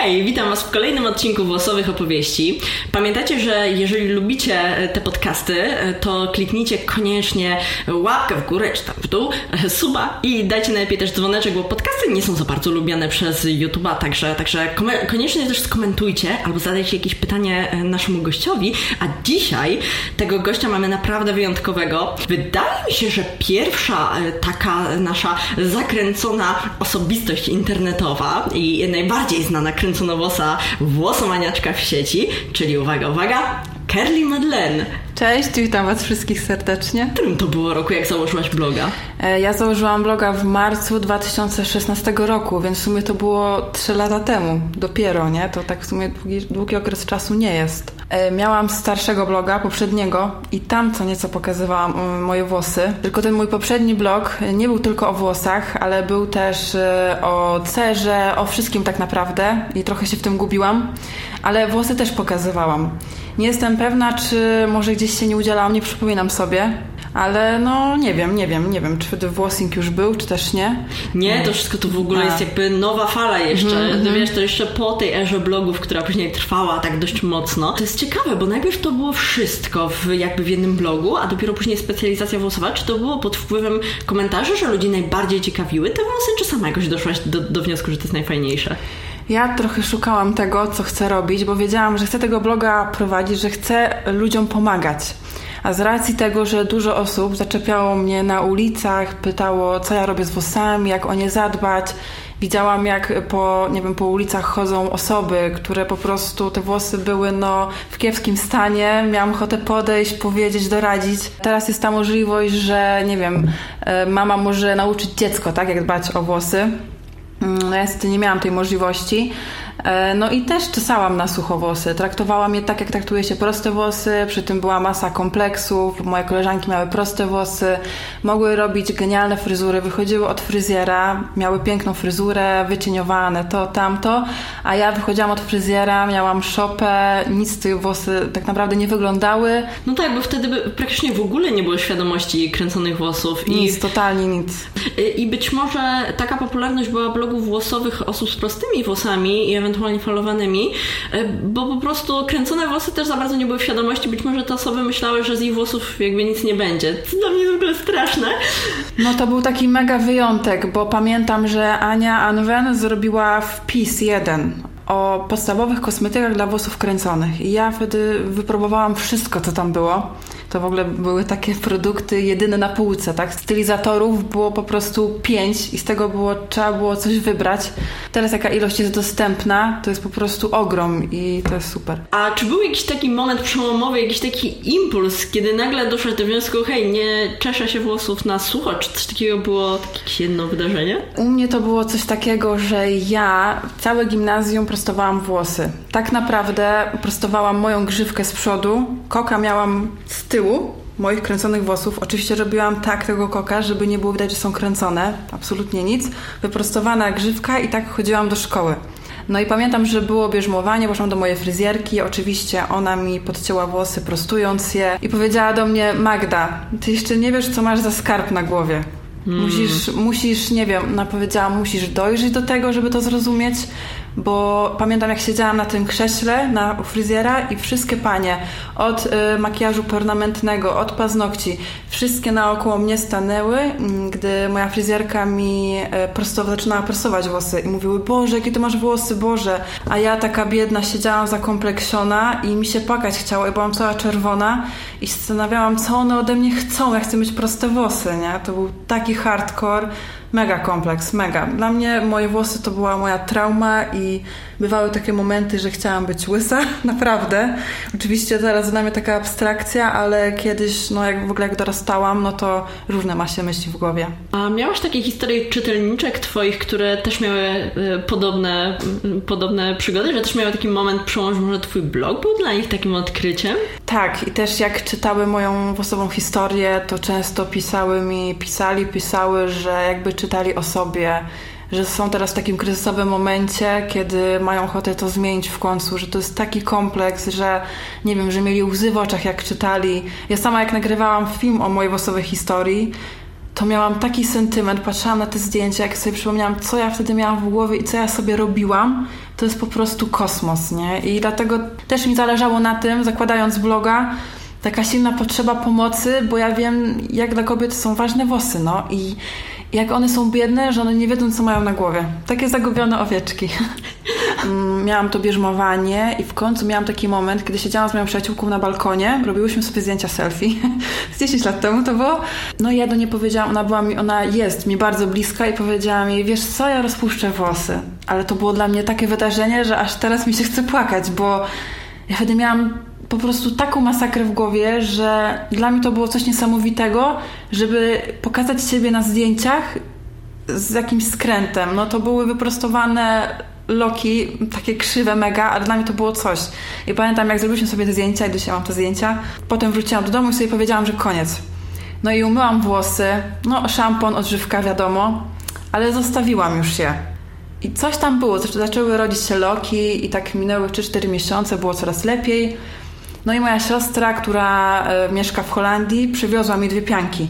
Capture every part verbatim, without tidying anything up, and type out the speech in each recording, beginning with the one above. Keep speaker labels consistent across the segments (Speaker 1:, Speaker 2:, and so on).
Speaker 1: Hej, witam Was w kolejnym odcinku Włosowych Opowieści. Pamiętajcie, że jeżeli lubicie te podcasty, to kliknijcie koniecznie łapkę w górę czy tam w dół, suba i dajcie najlepiej też dzwoneczek, bo podcasty nie są za bardzo lubiane przez YouTube'a, także, także koniecznie też skomentujcie albo zadajcie jakieś pytanie naszemu gościowi, a dzisiaj tego gościa mamy naprawdę wyjątkowego. Wydaje mi się, że pierwsza taka nasza zakręcona osobistość internetowa i najbardziej znana kręconowosa włosomaniaczka w sieci, czyli uwaga, uwaga, Kerli Madeleine.
Speaker 2: Cześć, witam Was wszystkich serdecznie.
Speaker 1: W którym to było roku, jak założyłaś bloga?
Speaker 2: Ja założyłam bloga w marcu dwa tysiące szesnastego roku, więc w sumie to było trzy lata temu dopiero, nie? To tak w sumie długi, długi okres czasu nie jest. Miałam starszego bloga, poprzedniego i tam co nieco pokazywałam moje włosy. Tylko ten mój poprzedni blog nie był tylko o włosach, ale był też o cerze, o wszystkim tak naprawdę i trochę się w tym gubiłam, ale włosy też pokazywałam. Nie jestem pewna, czy może gdzieś się nie udzielałam, nie przypominam sobie, ale no nie wiem, nie wiem, nie wiem, czy wtedy włosing już był, czy też nie.
Speaker 1: Nie, to wszystko to w ogóle A. jest jakby nowa fala jeszcze. Mm-hmm. No wiesz, to jeszcze po tej erze blogów, która później trwała tak dość mocno. To jest ciekawe, bo najpierw to było wszystko w, jakby w jednym blogu, a dopiero później specjalizacja włosowa. Czy to było pod wpływem komentarzy, że ludzi najbardziej ciekawiły te włosy, czy sama jakoś doszłaś do, do wniosku, że to jest najfajniejsze?
Speaker 2: Ja trochę szukałam tego, co chcę robić, bo wiedziałam, że chcę tego bloga prowadzić, że chcę ludziom pomagać. A z racji tego, że dużo osób zaczepiało mnie na ulicach, pytało, co ja robię z włosami, jak o nie zadbać. Widziałam, jak po, nie wiem, po ulicach chodzą osoby, które po prostu te włosy były no, w kiepskim stanie. Miałam ochotę podejść, powiedzieć, doradzić. Teraz jest ta możliwość, że nie wiem, mama może nauczyć dziecko, tak, jak dbać o włosy. No ja niestety nie miałam tej możliwości. No i też czesałam na sucho włosy. Traktowałam je tak, jak traktuje się proste włosy. Przy tym była masa kompleksów. Moje koleżanki miały proste włosy. Mogły robić genialne fryzury. Wychodziły od fryzjera. Miały piękną fryzurę, wycieniowane, to, tamto. A ja wychodziłam od fryzjera, miałam szopę. Nic z tych włosy tak naprawdę nie wyglądały.
Speaker 1: No tak, bo wtedy by praktycznie w ogóle nie było świadomości kręconych włosów.
Speaker 2: Nic, i, totalnie nic.
Speaker 1: I być może taka popularność była blogów włosowych osób z prostymi włosami i ewentualnie falowanymi, bo po prostu kręcone włosy też za bardzo nie były w świadomości. Być może te osoby myślały, że z ich włosów jakby nic nie będzie. To dla mnie jest w ogóle straszne.
Speaker 2: No to był taki mega wyjątek, bo pamiętam, że Ania Anwen zrobiła wpis jeden o podstawowych kosmetykach dla włosów kręconych i ja wtedy wypróbowałam wszystko, co tam było. To w ogóle były takie produkty jedyne na półce, tak? Stylizatorów było po prostu pięć i z tego było, trzeba było coś wybrać. Teraz jaka ilość jest dostępna, to jest po prostu ogrom i to jest super.
Speaker 1: A czy był jakiś taki moment przełomowy, jakiś taki impuls, kiedy nagle doszłaś do wniosku, hej, nie czeszę się włosów na sucho? Czy coś takiego było, jakieś jedno wydarzenie?
Speaker 2: U mnie to było coś takiego, że ja całe gimnazjum prostowałam włosy. Tak naprawdę prostowałam moją grzywkę z przodu, koka miałam z tyłu moich kręconych włosów. Oczywiście robiłam tak tego koka, żeby nie było widać, że są kręcone. Absolutnie nic. Wyprostowana grzywka i tak chodziłam do szkoły. No i pamiętam, że było bierzmowanie, poszłam do mojej fryzjerki. Oczywiście ona mi podcięła włosy, prostując je i powiedziała do mnie: Magda, ty jeszcze nie wiesz, co masz za skarb na głowie. Hmm. Musisz, musisz, nie wiem, ona powiedziała, musisz dojrzeć do tego, żeby to zrozumieć, bo pamiętam, jak siedziałam na tym krześle na fryzjera i wszystkie panie od y, makijażu permanentnego, od paznokci, wszystkie naokoło mnie stanęły, gdy moja fryzjerka mi y, prosto, zaczynała prostować włosy i mówiły: Boże, jakie ty masz włosy, Boże. A ja taka biedna siedziałam zakompleksiona i mi się płakać chciało i byłam cała czerwona i zastanawiałam, co one ode mnie chcą, ja chcę mieć proste włosy, nie? To był taki hardcore. Mega kompleks, mega. Dla mnie moje włosy to była moja trauma i bywały takie momenty, że chciałam być łysa, naprawdę. Oczywiście teraz dla mnie taka abstrakcja, ale kiedyś, no jak w ogóle jak dorastałam, no to różne ma się myśli w głowie.
Speaker 1: A miałaś takie historie czytelniczek twoich, które też miały y, podobne, y, podobne przygody, że też miały taki moment przełomu, że twój blog był dla nich takim odkryciem?
Speaker 2: Tak, i też jak czytały moją włosową historię, to często pisały mi, pisali, pisały, że jakby czytali o sobie, że są teraz w takim kryzysowym momencie, kiedy mają ochotę to zmienić w końcu, że to jest taki kompleks, że nie wiem, że mieli łzy w oczach, jak czytali. Ja sama jak nagrywałam film o mojej włosowej historii, to miałam taki sentyment, patrzyłam na te zdjęcia, jak sobie przypomniałam, co ja wtedy miałam w głowie i co ja sobie robiłam, to jest po prostu kosmos, nie? I dlatego też mi zależało na tym, zakładając bloga, taka silna potrzeba pomocy, bo ja wiem, jak dla kobiet są ważne włosy, no i jak one są biedne, że one nie wiedzą, co mają na głowie. Takie zagubione owieczki. Miałam to bierzmowanie i w końcu miałam taki moment, kiedy siedziałam z moją przyjaciółką na balkonie, robiłyśmy sobie zdjęcia selfie. Z dziesięć lat temu to było. No i ja do niej powiedziałam, ona była mi, ona jest mi bardzo bliska i powiedziałam jej, wiesz co, ja rozpuszczę włosy. Ale to było dla mnie takie wydarzenie, że aż teraz mi się chce płakać, bo ja wtedy miałam po prostu taką masakrę w głowie, że dla mnie to było coś niesamowitego, żeby pokazać siebie na zdjęciach z jakimś skrętem. No to były wyprostowane loki, takie krzywe mega, ale dla mnie to było coś. I pamiętam, jak zrobiliśmy sobie te zdjęcia i do dzisiaj mam te zdjęcia. Potem wróciłam do domu i sobie powiedziałam, że koniec. No i umyłam włosy, no szampon, odżywka, wiadomo, ale zostawiłam już je. I coś tam było, zaczęły rodzić się loki i tak minęły trzy cztery miesiące, było coraz lepiej. No i moja siostra, która y, mieszka w Holandii, przywiozła mi dwie pianki.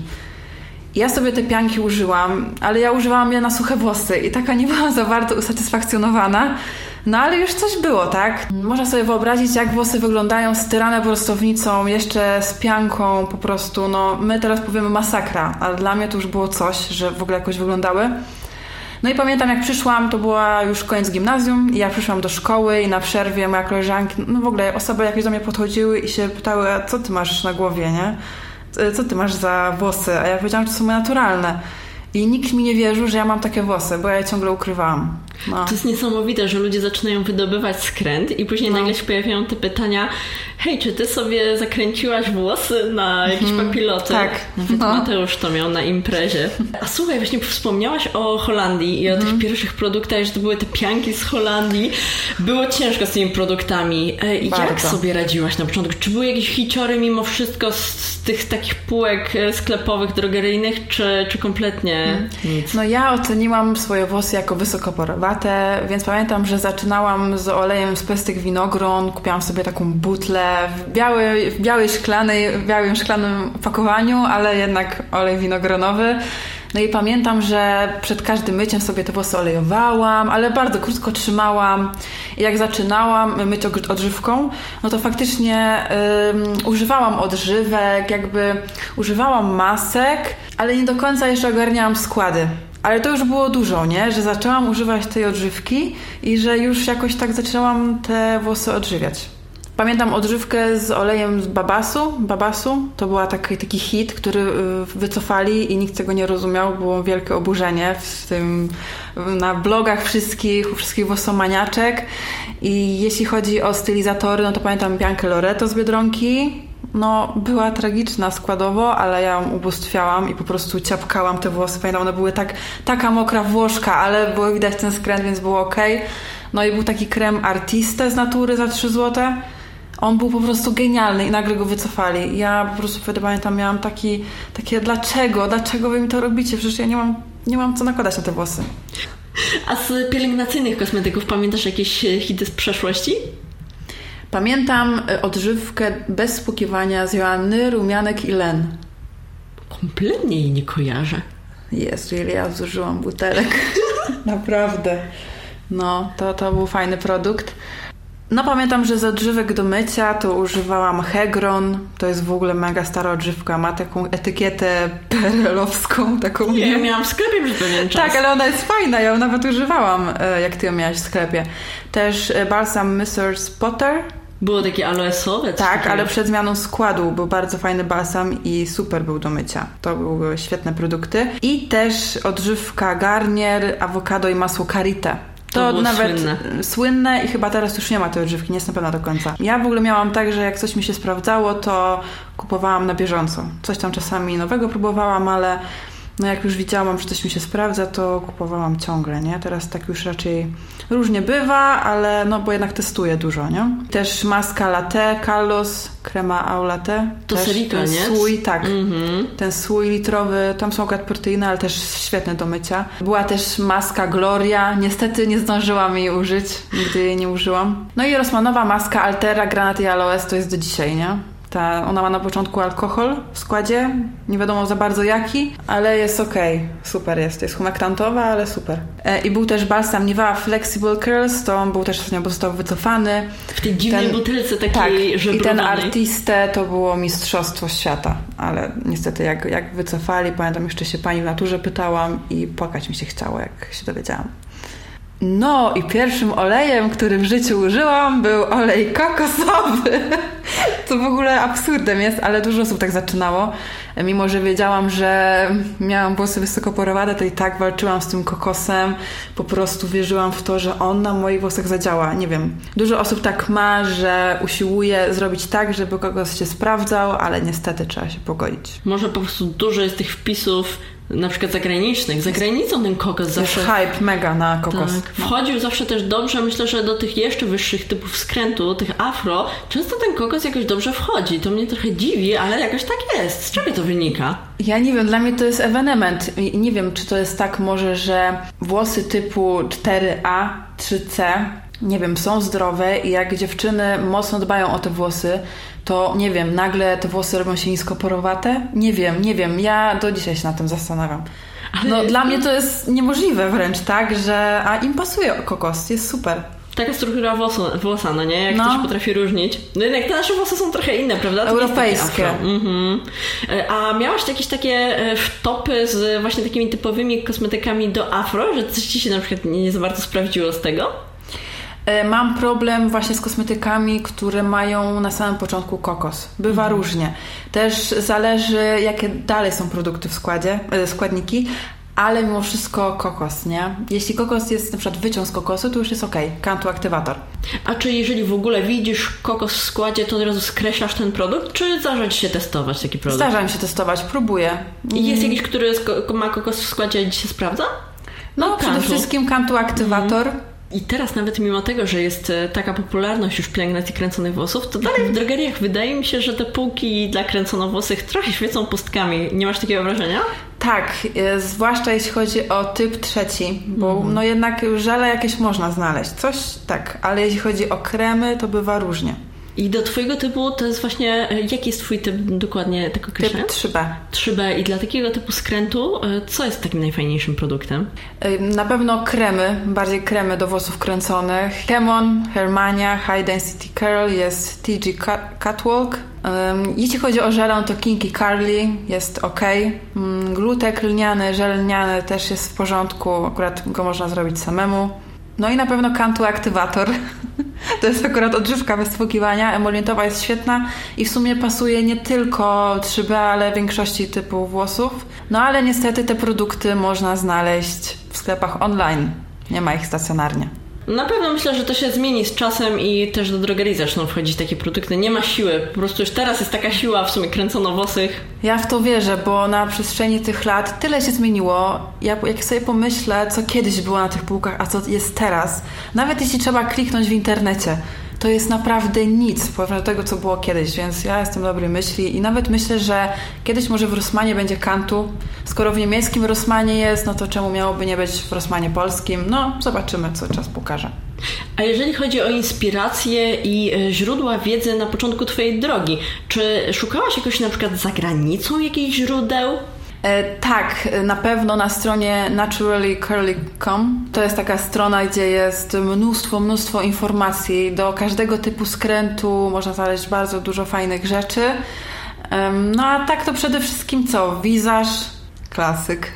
Speaker 2: Ja sobie te pianki użyłam, ale ja używałam je na suche włosy i taka nie byłam za bardzo usatysfakcjonowana. No ale już coś było, tak? Można sobie wyobrazić, jak włosy wyglądają styrane prostownicą, jeszcze z pianką po prostu. No my teraz powiemy masakra, ale dla mnie to już było coś, że w ogóle jakoś wyglądały. No i pamiętam, jak przyszłam, to była już koniec gimnazjum i ja przyszłam do szkoły i na przerwie moja koleżanki, no w ogóle osoby jakieś do mnie podchodziły i się pytały, a co ty masz na głowie, nie? Co ty masz za włosy? A ja powiedziałam, że to są moje naturalne. I nikt mi nie wierzył, że ja mam takie włosy, bo ja je ciągle ukrywałam. No.
Speaker 1: To jest niesamowite, że ludzie zaczynają wydobywać skręt i później no. nagle się pojawiają te pytania, hej, czy ty sobie zakręciłaś włosy na jakieś mm, papiloty?
Speaker 2: Tak.
Speaker 1: Nawet no. Mateusz to miał na imprezie. A słuchaj, właśnie wspomniałaś o Holandii i o mm. tych pierwszych produktach, że to były te pianki z Holandii. Było ciężko z tymi produktami. Bardzo. Jak sobie radziłaś na początku? Czy były jakieś hiciory mimo wszystko z, z tych takich półek sklepowych, drogeryjnych, czy, czy kompletnie mm. nic?
Speaker 2: No ja oceniłam swoje włosy jako wysokoporowate, więc pamiętam, że zaczynałam z olejem z pestek winogron, kupiłam sobie taką butlę w białej, w białej szklanej, w białym szklanym opakowaniu, ale jednak olej winogronowy. No i pamiętam, że przed każdym myciem sobie te włosy olejowałam, ale bardzo krótko trzymałam. I jak zaczynałam myć odżywką, no to faktycznie um, używałam odżywek, jakby używałam masek, ale nie do końca jeszcze ogarniałam składy. Ale to już było dużo, nie? Że zaczęłam używać tej odżywki i że już jakoś tak zaczęłam te włosy odżywiać. Pamiętam odżywkę z olejem z Babasu. Babasu to była taki, taki hit, który wycofali i nikt tego nie rozumiał. Było wielkie oburzenie w tym, na blogach wszystkich, u wszystkich włosomaniaczek. I jeśli chodzi o stylizatory, no to pamiętam Biankę Loreto z Biedronki. No, była tragiczna składowo, ale ja ją ubóstwiałam i po prostu ciapkałam te włosy. Pamiętam, one były tak, taka mokra Włoszka, ale było widać ten skręt, więc było okej. No i był taki krem Artiste z natury za trzy złote. On był po prostu genialny i nagle go wycofali. Ja po prostu wtedy pamiętam, miałam taki, takie dlaczego? Dlaczego wy mi to robicie? Przecież ja nie mam, nie mam co nakładać na te włosy.
Speaker 1: A z pielęgnacyjnych kosmetyków pamiętasz jakieś hity z przeszłości?
Speaker 2: Pamiętam odżywkę bez spłukiwania z Joanny, Rumianek i Len.
Speaker 1: Kompletnie jej nie kojarzę.
Speaker 2: Jest, ile ja zużyłam butelek. Naprawdę. No, to, to był fajny produkt. No pamiętam, że z odżywek do mycia to używałam Hegron. To jest w ogóle mega stara odżywka. Ma taką etykietę perelowską. Taką,
Speaker 1: nie, ja miałam w sklepie przez pewien czas.
Speaker 2: Tak, ale ona jest fajna. Ja ją nawet używałam, jak ty ją miałaś w sklepie. Też balsam missus Potter.
Speaker 1: Było takie aloesowe?
Speaker 2: Tak, takie? Ale przed zmianą składu był bardzo fajny balsam i super był do mycia. To były świetne produkty. I też odżywka Garnier, awokado i masło Karité. To, to nawet słynne. słynne i chyba teraz już nie ma tej odżywki, nie jestem pewna do końca. Ja w ogóle miałam tak, że jak coś mi się sprawdzało, to kupowałam na bieżąco. Coś tam czasami nowego próbowałam, ale no jak już widziałam, że coś mi się sprawdza, to kupowałam ciągle, nie? Teraz tak już raczej różnie bywa, ale no bo jednak testuję dużo, nie? Też maska latte, Carlos, krema au latte.
Speaker 1: To Selika, nie?
Speaker 2: Słój, tak. Mm-hmm. Ten słój litrowy, tam są akurat proteiny, ale też świetne do mycia. Była też maska Gloria. Niestety nie zdążyłam jej użyć, nigdy jej nie użyłam. No i Rossmanowa maska Altera, Granat i Aloes to jest do dzisiaj, nie? Ta, ona ma na początku alkohol w składzie, nie wiadomo za bardzo jaki, ale jest okej, okay. Super jest. Jest humektantowa, ale super. E, I był też balsam Nivea Flexible Curls, to on był też ostatnio został wycofany.
Speaker 1: W tej dziwnej ten, butelce takiej
Speaker 2: tak,
Speaker 1: żebrowanej.
Speaker 2: I ten Artiste to było mistrzostwo świata, ale niestety jak, jak wycofali, pamiętam jeszcze się pani w naturze pytałam i płakać mi się chciało, jak się dowiedziałam. No i pierwszym olejem, który w życiu użyłam, był olej kokosowy. Co w ogóle absurdem jest, ale dużo osób tak zaczynało. Mimo że wiedziałam, że miałam włosy wysokoporowate, to i tak walczyłam z tym kokosem. Po prostu wierzyłam w to, że on na moich włosach zadziała. Nie wiem. Dużo osób tak ma, że usiłuje zrobić tak, żeby kokos się sprawdzał, ale niestety trzeba się pogodzić.
Speaker 1: Może po prostu dużo jest tych wpisów na przykład zagranicznych. Za granicą ten kokos zawsze...
Speaker 2: Jest hype mega na kokos.
Speaker 1: Tak. Wchodził zawsze też dobrze. Myślę, że do tych jeszcze wyższych typów skrętu, tych afro, często ten kokos jakoś dobrze wchodzi. To mnie trochę dziwi, ale jakoś tak jest. Z czego to wynika?
Speaker 2: Ja nie wiem, dla mnie to jest ewenement. Nie wiem, czy to jest tak może, że włosy typu cztery A, trzy C, nie wiem, są zdrowe i jak dziewczyny mocno dbają o te włosy, to nie wiem, nagle te włosy robią się niskoporowate? Nie wiem, nie wiem. Ja do dzisiaj się na tym zastanawiam. Ale... No dla mnie to jest niemożliwe wręcz, tak, że a im pasuje kokos, jest super.
Speaker 1: Taka struktura włosa, włosa, no nie? Jak
Speaker 2: no.
Speaker 1: ktoś potrafi różnić. No jednak te nasze włosy są trochę inne, prawda? To
Speaker 2: europejskie.
Speaker 1: Mhm. A miałaś jakieś takie wtopy z właśnie takimi typowymi kosmetykami do afro, że coś ci się na przykład nie za bardzo sprawdziło z tego?
Speaker 2: Mam problem właśnie z kosmetykami, które mają na samym początku kokos. Bywa mhm. różnie. Też zależy, jakie dalej są produkty w składzie, składniki, ale mimo wszystko kokos, nie? Jeśli kokos jest na przykład wyciąg z kokosu, to już jest okej. Kantu aktywator.
Speaker 1: A czy jeżeli w ogóle widzisz kokos w składzie, to od razu skreślasz ten produkt, czy zdarza ci się testować taki produkt?
Speaker 2: Zdarza mi się testować, próbuję.
Speaker 1: I jest jakiś, który ma kokos w składzie i ci się sprawdza?
Speaker 2: No, no przede kantu. wszystkim kantu aktywator. Mhm.
Speaker 1: I teraz nawet mimo tego, że jest taka popularność już pielęgnacji kręconych włosów, to dalej w drogeriach wydaje mi się, że te półki dla kręconowłosych trochę świecą pustkami. Nie masz takiego wrażenia?
Speaker 2: Tak, e, zwłaszcza jeśli chodzi o typ trzeci, bo mm. no jednak żele jakieś można znaleźć. Coś tak, ale jeśli chodzi o kremy, to bywa różnie.
Speaker 1: I do twojego typu to jest właśnie, jaki jest twój typ dokładnie tego określenia?
Speaker 2: Typ trzy B.
Speaker 1: trzy B i dla takiego typu skrętu, co jest takim najfajniejszym produktem?
Speaker 2: Na pewno kremy, bardziej kremy do włosów kręconych. Chemon, Hermania, High Density Curl, jest T G Catwalk. Um, jeśli chodzi o żel, to Kinky Curly jest ok. Um, glutek lniany, żel lniany też jest w porządku. Akurat go można zrobić samemu. No i na pewno Kantu aktywator. To jest akurat odżywka bez stłukiwania. Emolientowa jest świetna i w sumie pasuje nie tylko trzy B, ale większości typu włosów. No ale niestety te produkty można znaleźć w sklepach online. Nie ma ich stacjonarnie.
Speaker 1: Na pewno myślę, że to się zmieni z czasem i też do drogerii zaczną wchodzić takie produkty. Nie ma siły. Po prostu już teraz jest taka siła w sumie kręconowłosych.
Speaker 2: Ja w to wierzę, bo na przestrzeni tych lat tyle się zmieniło. Ja, jak sobie pomyślę, co kiedyś było na tych półkach, a co jest teraz. Nawet jeśli trzeba kliknąć w internecie, to jest naprawdę nic w porównaniu do tego, co było kiedyś, więc ja jestem dobrej myśli i nawet myślę, że kiedyś może w Rossmanie będzie Kantu. Skoro w niemieckim Rossmanie jest, no to czemu miałoby nie być w Rossmanie polskim? No, zobaczymy, co czas pokaże.
Speaker 1: A jeżeli chodzi o inspiracje i źródła wiedzizy na początku twojej drogi, czy szukałaś jakoś na przykład za granicą jakichś źródeł?
Speaker 2: E, tak, na pewno na stronie naturally curly kropka com. To jest taka strona, gdzie jest mnóstwo, mnóstwo informacji. Do każdego typu skrętu można znaleźć bardzo dużo fajnych rzeczy. E, no a tak to przede wszystkim co? Wizaż, klasyk.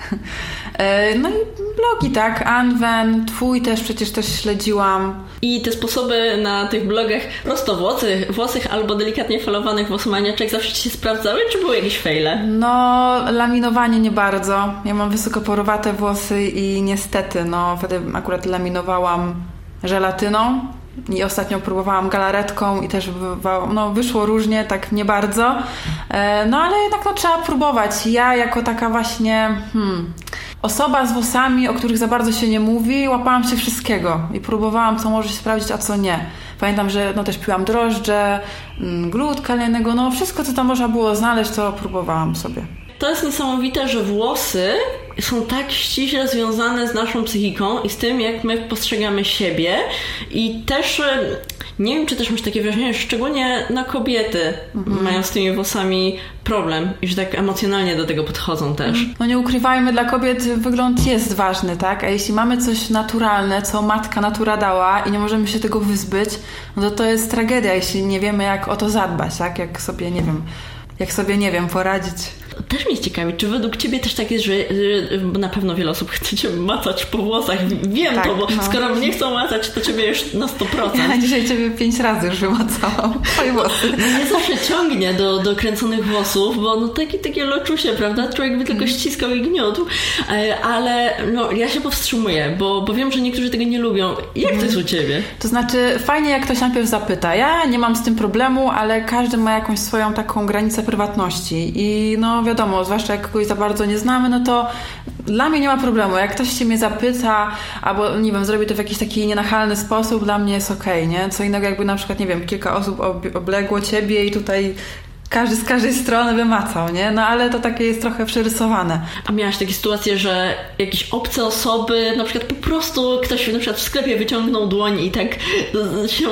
Speaker 2: E, no i blogi, tak? Anwen, twój też przecież też śledziłam.
Speaker 1: I te sposoby na tych blogach prostowłosych, włosych albo delikatnie falowanych włosomaniaczek zawsze ci się sprawdzały, czy były jakieś fejle?
Speaker 2: No, laminowanie nie bardzo. Ja mam wysokoporowate włosy i niestety, no wtedy akurat laminowałam żelatyną i ostatnio próbowałam galaretką i też no, wyszło różnie, tak nie bardzo. No ale jednak no, trzeba próbować. Ja jako taka właśnie hmm, osoba z włosami, o których za bardzo się nie mówi, łapałam się wszystkiego i próbowałam, co może się sprawdzić, a co nie. Pamiętam, że no, też piłam drożdże, glut kalianego, no wszystko, co tam można było znaleźć, to próbowałam sobie.
Speaker 1: To jest niesamowite, że włosy są tak ściśle związane z naszą psychiką i z tym, jak my postrzegamy siebie i też nie wiem, czy też masz takie wrażenie, że szczególnie na kobiety mhm. mają z tymi włosami problem i że tak emocjonalnie do tego podchodzą też.
Speaker 2: No nie ukrywajmy, dla kobiet wygląd jest ważny, tak? A jeśli mamy coś naturalne, co matka natura dała i nie możemy się tego wyzbyć, no to to jest tragedia, jeśli nie wiemy, jak o to zadbać, tak? Jak sobie, nie wiem, jak sobie, nie wiem, poradzić.
Speaker 1: Też mnie ciekawi, czy według ciebie też tak jest, że, że bo na pewno wiele osób chce cię macać po włosach. Wiem tak, to, bo no. skoro mnie chcą macać, to ciebie już na sto procent.
Speaker 2: Ja dzisiaj ciebie pięć razy już wymacałam. Twoje włosy.
Speaker 1: Mnie zawsze ciągnie do, do kręconych włosów, bo no takie, takie loczusie, prawda? Człowiek by tylko ściskał i gniótł. Ale no, ja się powstrzymuję, bo, bo wiem, że niektórzy tego nie lubią. Jak to jest u ciebie?
Speaker 2: To znaczy, fajnie jak ktoś najpierw zapyta. Ja nie mam z tym problemu, ale każdy ma jakąś swoją taką granicę prywatności. I no wiadomo, zwłaszcza jak kogoś za bardzo nie znamy, no to dla mnie nie ma problemu. Jak ktoś się mnie zapyta, albo nie wiem, zrobi to w jakiś taki nienachalny sposób, dla mnie jest okej, nie? Co innego jakby na przykład, nie wiem, kilka osób ob- obległo ciebie i tutaj każdy z każdej strony wymacał, nie? No ale to takie jest trochę przerysowane.
Speaker 1: A miałaś takie sytuacje, że jakieś obce osoby, na przykład po prostu ktoś na przykład w sklepie wyciągnął dłoń i tak się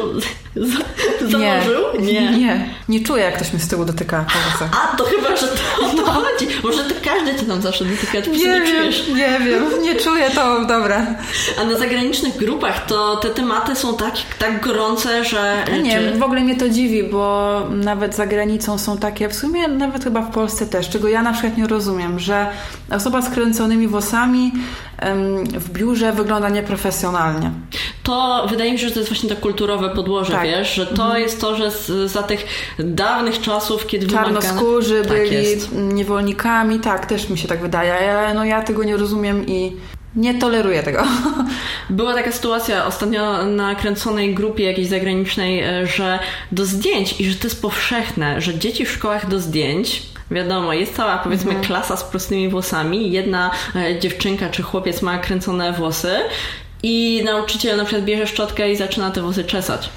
Speaker 1: założył?
Speaker 2: Nie, nie. Nie, nie czuję, jak ktoś mnie z tyłu dotyka po włosach.
Speaker 1: A, to chyba, że to o to no. chodzi. Może to każdy cię tam zawsze dotyka, ty nie, nie czujesz.
Speaker 2: Nie wiem, nie czuję, to dobra.
Speaker 1: A na zagranicznych grupach to te tematy są tak, tak gorące, że...
Speaker 2: Nie,
Speaker 1: czy...
Speaker 2: w ogóle mnie to dziwi, bo nawet za granicą są takie, w sumie nawet chyba w Polsce też, czego ja na przykład nie rozumiem, że osoba z kręconymi włosami em, w biurze wygląda nieprofesjonalnie.
Speaker 1: To wydaje mi się, że to jest właśnie to kulturowe podłoże, tak. wiesz, że to mhm. jest to, że z, za tych dawnych czasów, kiedy
Speaker 2: czarnoskórzy
Speaker 1: wymagane...
Speaker 2: byli
Speaker 1: tak jest.
Speaker 2: niewolnikami, tak, też mi się tak wydaje. Ja, no ja tego nie rozumiem i nie toleruję tego.
Speaker 1: Była taka sytuacja ostatnio na kręconej grupie jakiejś zagranicznej, że do zdjęć i że to jest powszechne, że dzieci w szkołach do zdjęć, wiadomo, jest cała powiedzmy mhm. klasa z prostymi włosami, jedna dziewczynka czy chłopiec ma kręcone włosy i nauczyciel na przykład bierze szczotkę i zaczyna te włosy czesać.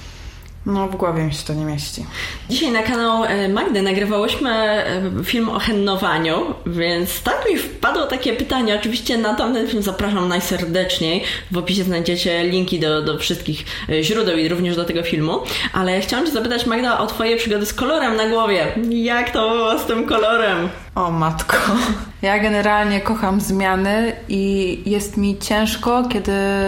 Speaker 2: No, w głowie mi się to nie mieści.
Speaker 1: Dzisiaj na kanał Magdy nagrywałyśmy film o hennowaniu, więc tak mi wpadło takie pytanie. Oczywiście na tamten film zapraszam najserdeczniej. W opisie znajdziecie linki do, do wszystkich źródeł i również do tego filmu. Ale ja chciałam Cię zapytać, Magda, o Twoje przygody z kolorem na głowie. Jak to było z tym kolorem?
Speaker 2: O matko. Ja generalnie kocham zmiany i jest mi ciężko, kiedy...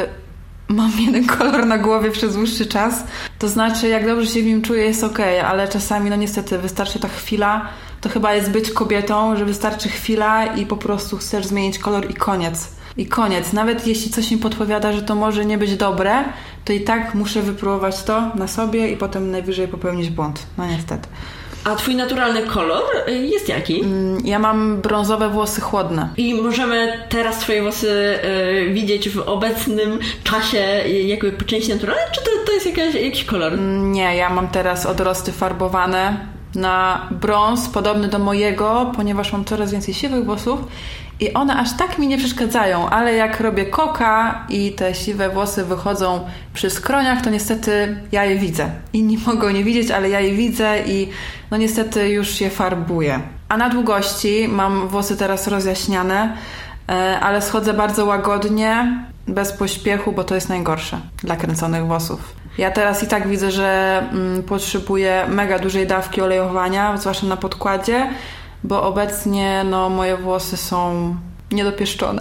Speaker 2: mam jeden kolor na głowie przez dłuższy czas. To znaczy, jak dobrze się w nim czuję, jest okej, okay, ale czasami, no niestety, wystarczy ta chwila. To chyba jest być kobietą, że wystarczy chwila i po prostu chcesz zmienić kolor i koniec. I koniec. Nawet jeśli coś mi podpowiada, że to może nie być dobre, to i tak muszę wypróbować to na sobie i potem najwyżej popełnić błąd. No niestety.
Speaker 1: A twój naturalny kolor jest jaki?
Speaker 2: Ja mam brązowe włosy chłodne.
Speaker 1: I możemy teraz twoje włosy y, widzieć w obecnym czasie jakby po części naturalne? Czy to, to jest jakaś, jakiś kolor?
Speaker 2: Nie, ja mam teraz odrosty farbowane na brąz, podobny do mojego, ponieważ mam coraz więcej siwych włosów i one aż tak mi nie przeszkadzają, ale jak robię koka i te siwe włosy wychodzą przy skroniach, to niestety ja je widzę. Inni mogą nie widzieć, ale ja je widzę i no niestety już je farbuję. A na długości mam włosy teraz rozjaśniane, ale schodzę bardzo łagodnie, bez pośpiechu, bo to jest najgorsze dla kręconych włosów. Ja teraz i tak widzę, że mm, potrzebuję mega dużej dawki olejowania, zwłaszcza na podkładzie, bo obecnie no, moje włosy są niedopieszczone.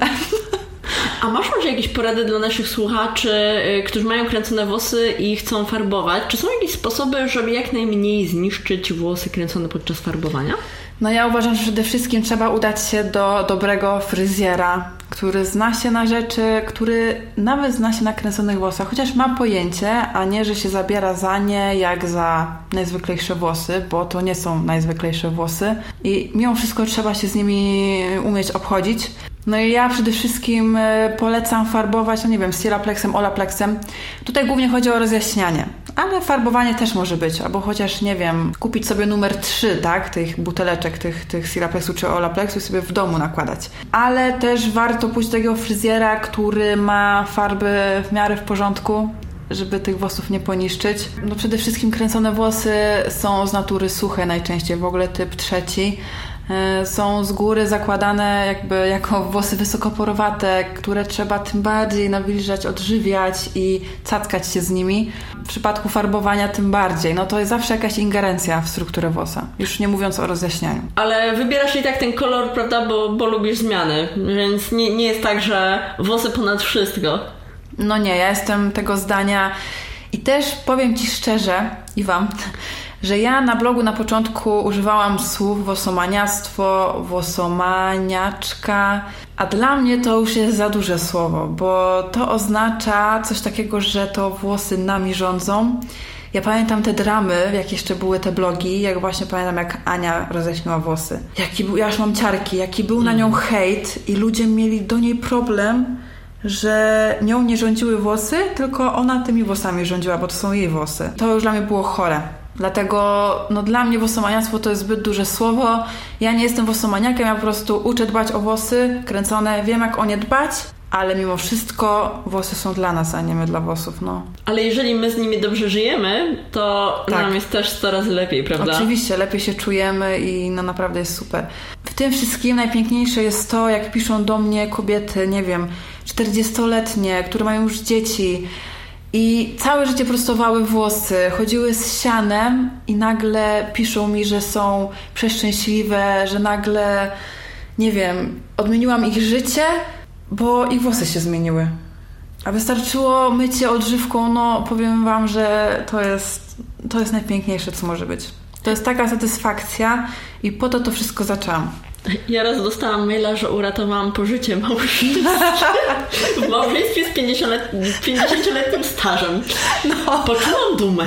Speaker 1: A masz może jakieś porady dla naszych słuchaczy, którzy mają kręcone włosy i chcą farbować? Czy są jakieś sposoby, żeby jak najmniej zniszczyć włosy kręcone podczas farbowania?
Speaker 2: No ja uważam, że przede wszystkim trzeba udać się do dobrego fryzjera, który zna się na rzeczy, który nawet zna się na kręconych włosach, chociaż ma pojęcie, a nie, że się zabiera za nie jak za najzwyklejsze włosy, bo to nie są najzwyklejsze włosy i mimo wszystko trzeba się z nimi umieć obchodzić. No i ja przede wszystkim polecam farbować, no nie wiem, Silaplexem, Olaplexem. Tutaj głównie chodzi o rozjaśnianie, ale farbowanie też może być, albo chociaż, nie wiem, kupić sobie numer trzy, tak, tych buteleczek, tych, tych Silaplexu czy Olaplexu i sobie w domu nakładać. Ale też warto pójść do takiego fryzjera, który ma farby w miarę w porządku, żeby tych włosów nie poniszczyć. No przede wszystkim kręcone włosy są z natury suche najczęściej, w ogóle typ trzeci. Są z góry zakładane jakby jako włosy wysokoporowate, które trzeba tym bardziej nawilżać, odżywiać i cackać się z nimi. W przypadku farbowania tym bardziej. No to jest zawsze jakaś ingerencja w strukturę włosa. Już nie mówiąc o rozjaśnianiu.
Speaker 1: Ale wybierasz i tak ten kolor, prawda, bo, bo lubisz zmiany. Więc nie, nie jest tak, że włosy ponad wszystko.
Speaker 2: No nie, ja jestem tego zdania i też powiem Ci szczerze i Wam, że ja na blogu na początku używałam słów włosomaniactwo, włosomaniaczka, a dla mnie to już jest za duże słowo, bo to oznacza coś takiego, że to włosy nami rządzą. Ja pamiętam te dramy, jak jeszcze były te blogi, jak właśnie pamiętam, jak Ania roześmiała włosy. Jaki był, ja już mam ciarki, jaki był na nią hejt i ludzie mieli do niej problem, że nią nie rządziły włosy, tylko ona tymi włosami rządziła, bo to są jej włosy. To już dla mnie było chore. Dlatego no, dla mnie włosomaniactwo to jest zbyt duże słowo. Ja nie jestem włosomaniakiem, ja po prostu uczę dbać o włosy kręcone, wiem jak o nie dbać, ale mimo wszystko włosy są dla nas, a nie my dla włosów. No.
Speaker 1: Ale jeżeli my z nimi dobrze żyjemy, to tak. Nam jest też coraz lepiej, prawda?
Speaker 2: Oczywiście, lepiej się czujemy i no naprawdę jest super. W tym wszystkim najpiękniejsze jest to, jak piszą do mnie kobiety, nie wiem, czterdziestoletnie, które mają już dzieci i całe życie prostowały włosy, chodziły z sianem i nagle piszą mi, że są przeszczęśliwe, że nagle, nie wiem, odmieniłam ich życie, bo ich włosy się zmieniły. A wystarczyło mycie odżywką, no powiem Wam, że to jest, to jest najpiękniejsze, co może być. To jest taka satysfakcja i po to to wszystko zaczęłam.
Speaker 1: Ja raz dostałam maila, że uratowałam pożycie małżeńskie. W małżeństwie z pięćdziesięcioletnim stażem. No. Poczułam dumę.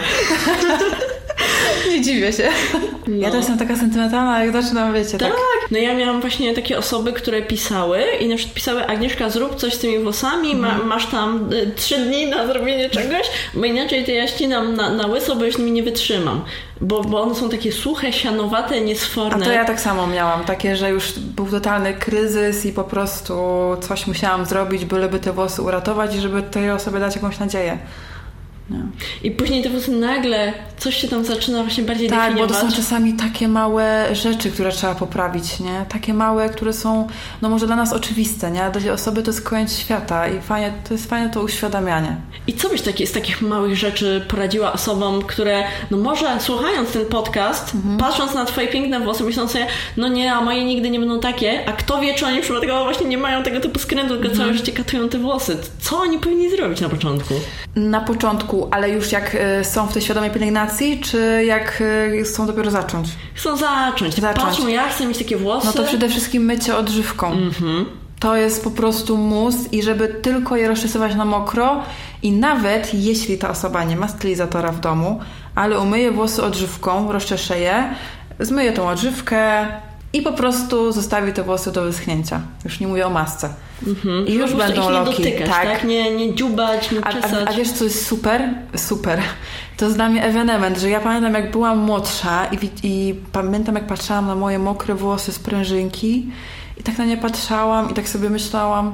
Speaker 2: Nie dziwię się. No. Ja też jestem taka sentymentalna, jak zaczynam, wiecie, tak.
Speaker 1: Tak, no ja miałam właśnie takie osoby, które pisały i na przykład pisały: Agnieszka, zrób coś z tymi włosami, ma, mm. masz tam y, trzy dni na zrobienie czegoś, bo inaczej to ja ścinam na, na łyso, bo już nimi nie wytrzymam. Bo, bo one są takie suche, sianowate, niesforne.
Speaker 2: A to ja tak samo miałam, takie, że już był totalny kryzys i po prostu coś musiałam zrobić, byleby te włosy uratować i żeby tej osobie dać jakąś nadzieję. No.
Speaker 1: I później te włosy nagle coś się tam zaczyna właśnie bardziej
Speaker 2: tak,
Speaker 1: definiować.
Speaker 2: Tak, bo to są czasami takie małe rzeczy, które trzeba poprawić, nie? Takie małe, które są, no może dla nas oczywiste, nie? Dla tej osoby to jest koniec świata i fajnie, to jest fajne to uświadamianie.
Speaker 1: I co byś taki, z takich małych rzeczy poradziła osobom, które, no może słuchając ten podcast, mhm. patrząc na twoje piękne włosy, myślą sobie, no nie, a moje nigdy nie będą takie, a kto wie, czy oni przypadkowo właśnie nie mają tego typu skrętu, tylko mhm. całe życie katują te włosy. Co oni powinni zrobić na początku?
Speaker 2: Na początku, ale już jak y, są w tej świadomej pielęgnacji, czy jak y, chcą dopiero zacząć?
Speaker 1: Chcą zacząć. zacząć. Patrzą, ja chcę mieć takie włosy.
Speaker 2: No to przede wszystkim mycie odżywką. Mm-hmm. To jest po prostu mus i żeby tylko je rozczesywać na mokro i nawet jeśli ta osoba nie ma stylizatora w domu, ale umyje włosy odżywką, rozczeszę je, zmyje tą odżywkę i po prostu zostawi te włosy do wyschnięcia. Już nie mówię o masce. Mm-hmm. I już będą loki.
Speaker 1: Nie dotykać, tak? tak? Nie, nie dziubać, nie czesać.
Speaker 2: A, a, a wiesz, co jest super? Super. To jest dla mnie ewenement, że ja pamiętam, jak byłam młodsza i, i pamiętam, jak patrzyłam na moje mokre włosy z prężynki i tak na nie patrzałam i tak sobie myślałam: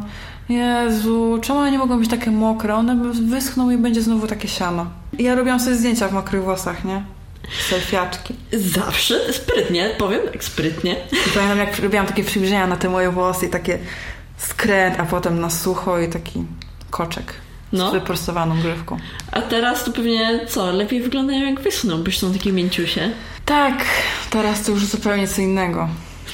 Speaker 2: Jezu, czemu one nie mogą być takie mokre? One wyschną i będzie znowu takie siano. I ja robiłam sobie zdjęcia w mokrych włosach, nie? Selfiaczki.
Speaker 1: Zawsze sprytnie, powiem tak sprytnie.
Speaker 2: I pamiętam, jak robiłam takie przybliżenia na te moje włosy i takie skręt, a potem na sucho i taki koczek no. z wyprostowaną grzywką.
Speaker 1: A teraz to pewnie co? Lepiej wyglądają jak wyschną, bo są takie mięciusie.
Speaker 2: Tak, teraz to już zupełnie co innego.